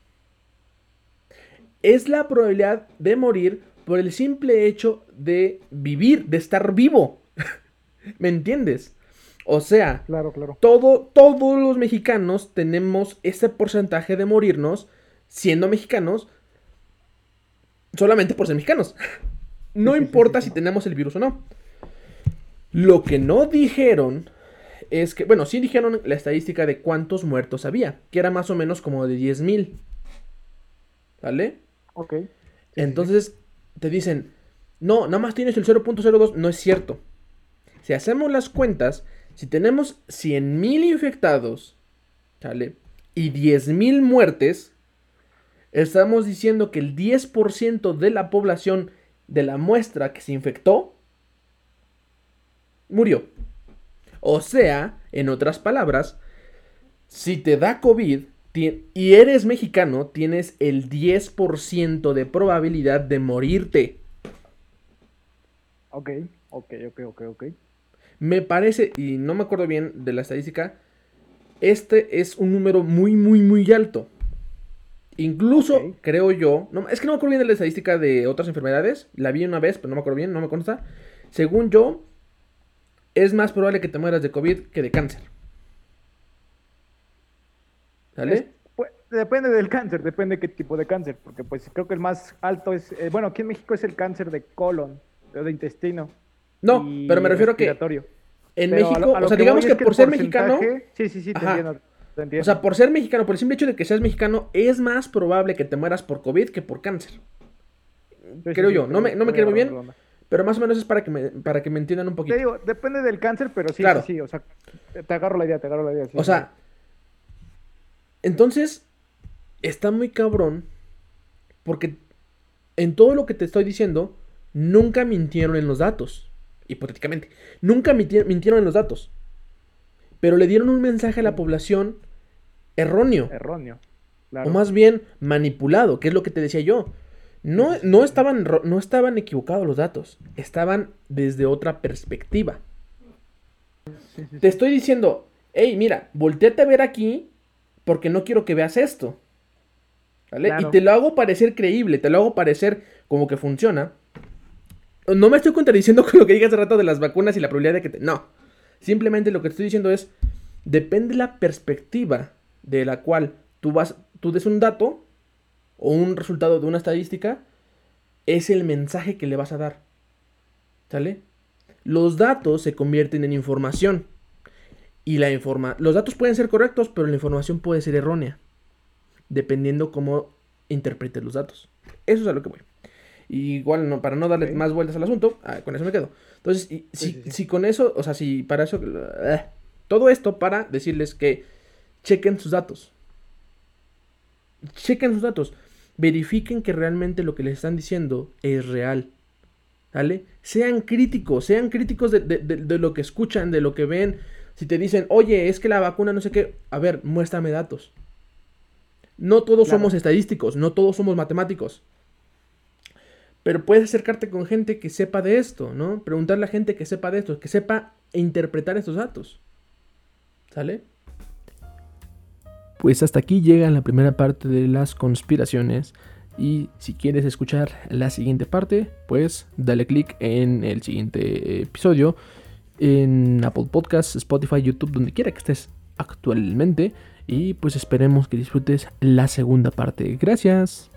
[SPEAKER 1] Es la probabilidad de morir por el simple hecho de vivir, de estar vivo. ¿Me entiendes? O sea,
[SPEAKER 2] Claro, claro.
[SPEAKER 1] todos los mexicanos tenemos ese porcentaje de morirnos siendo mexicanos solamente por ser mexicanos. No importa si tenemos el virus o no. Lo que no dijeron es que, bueno, sí dijeron la estadística de cuántos muertos había, que era más o menos como de 10,000. ¿Vale?
[SPEAKER 2] Ok.
[SPEAKER 1] Entonces te dicen, no, nada más tienes el 0.02. No es cierto. Si hacemos las cuentas, si tenemos 100,000 infectados, ¿vale? Y 10,000 muertes, estamos diciendo que el 10% de la población de la muestra que se infectó murió. O sea, en otras palabras, si te da COVID y eres mexicano, tienes el 10% de probabilidad de morirte.
[SPEAKER 2] Ok.
[SPEAKER 1] Me parece, y no me acuerdo bien de la estadística, este es un número muy, muy, muy alto. Incluso, creo yo, es que no me acuerdo bien de la estadística de otras enfermedades, la vi una vez, pero no me acuerdo bien, no me consta. Según yo, es más probable que te mueras de COVID que de cáncer. ¿Sale?
[SPEAKER 2] Pues, depende del cáncer, depende qué tipo de cáncer, porque pues creo que el más alto es, bueno, aquí en México es el cáncer de colon, de intestino
[SPEAKER 1] No, pero me
[SPEAKER 2] y
[SPEAKER 1] refiero a que
[SPEAKER 2] respiratorio.
[SPEAKER 1] en
[SPEAKER 2] Pero
[SPEAKER 1] México,
[SPEAKER 2] a lo
[SPEAKER 1] o sea,
[SPEAKER 2] que
[SPEAKER 1] digamos
[SPEAKER 2] voy
[SPEAKER 1] que
[SPEAKER 2] es que
[SPEAKER 1] por
[SPEAKER 2] el
[SPEAKER 1] ser mexicano,
[SPEAKER 2] porcentaje, sí, te
[SPEAKER 1] ajá,
[SPEAKER 2] entiendo.
[SPEAKER 1] o sea, por ser mexicano, por el simple hecho de que seas mexicano, es más probable que te mueras por COVID que por cáncer. Creo yo, no me quedo muy bien, pero más o menos es para que me entiendan un
[SPEAKER 2] Te
[SPEAKER 1] poquito.
[SPEAKER 2] digo, depende del cáncer, pero sí,
[SPEAKER 1] Claro.
[SPEAKER 2] o sea, te agarro la idea, sí.
[SPEAKER 1] O sea, entonces, está muy cabrón, porque en todo lo que te estoy diciendo, nunca mintieron en los datos, hipotéticamente. Nunca mintieron en los datos, pero le dieron un mensaje a la población erróneo.
[SPEAKER 2] Claro.
[SPEAKER 1] O más bien manipulado, que es lo que te decía yo. No estaban equivocados los datos, estaban desde otra perspectiva. Te estoy diciendo, hey, mira, volteate a ver aquí porque no quiero que veas esto. ¿Vale?
[SPEAKER 2] Claro.
[SPEAKER 1] Y te lo hago parecer creíble, te lo hago parecer como que funciona. No me estoy contradiciendo con lo que dije hace rato de las vacunas y la probabilidad de que No, simplemente lo que te estoy diciendo es, depende de la perspectiva de la cual tú des un dato o un resultado de una estadística, es el mensaje que le vas a dar. ¿Sale? Los datos se convierten en información. Y los datos pueden ser correctos, pero la información puede ser errónea. Dependiendo cómo interpretes los datos. Eso es a lo que voy. Y igual, no, para no darle más vueltas al asunto, con eso me quedo. Entonces, si con eso, o sea, si para eso... todo esto para decirles que chequen sus datos. Chequen sus datos. Verifiquen que realmente lo que les están diciendo es real. ¿Vale? Sean críticos de lo que escuchan, de lo que ven. Si te dicen, oye, es que la vacuna no sé qué, a ver, muéstrame datos. No todos somos estadísticos, no todos somos matemáticos. Pero puedes acercarte con gente que sepa de esto, ¿no? Preguntarle a gente que sepa de esto, que sepa interpretar estos datos. ¿Sale? Pues hasta aquí llega la primera parte de las conspiraciones. Y si quieres escuchar la siguiente parte, pues dale click en el siguiente episodio. En Apple Podcasts, Spotify, YouTube, donde quiera que estés actualmente. Y pues esperemos que disfrutes la segunda parte. Gracias.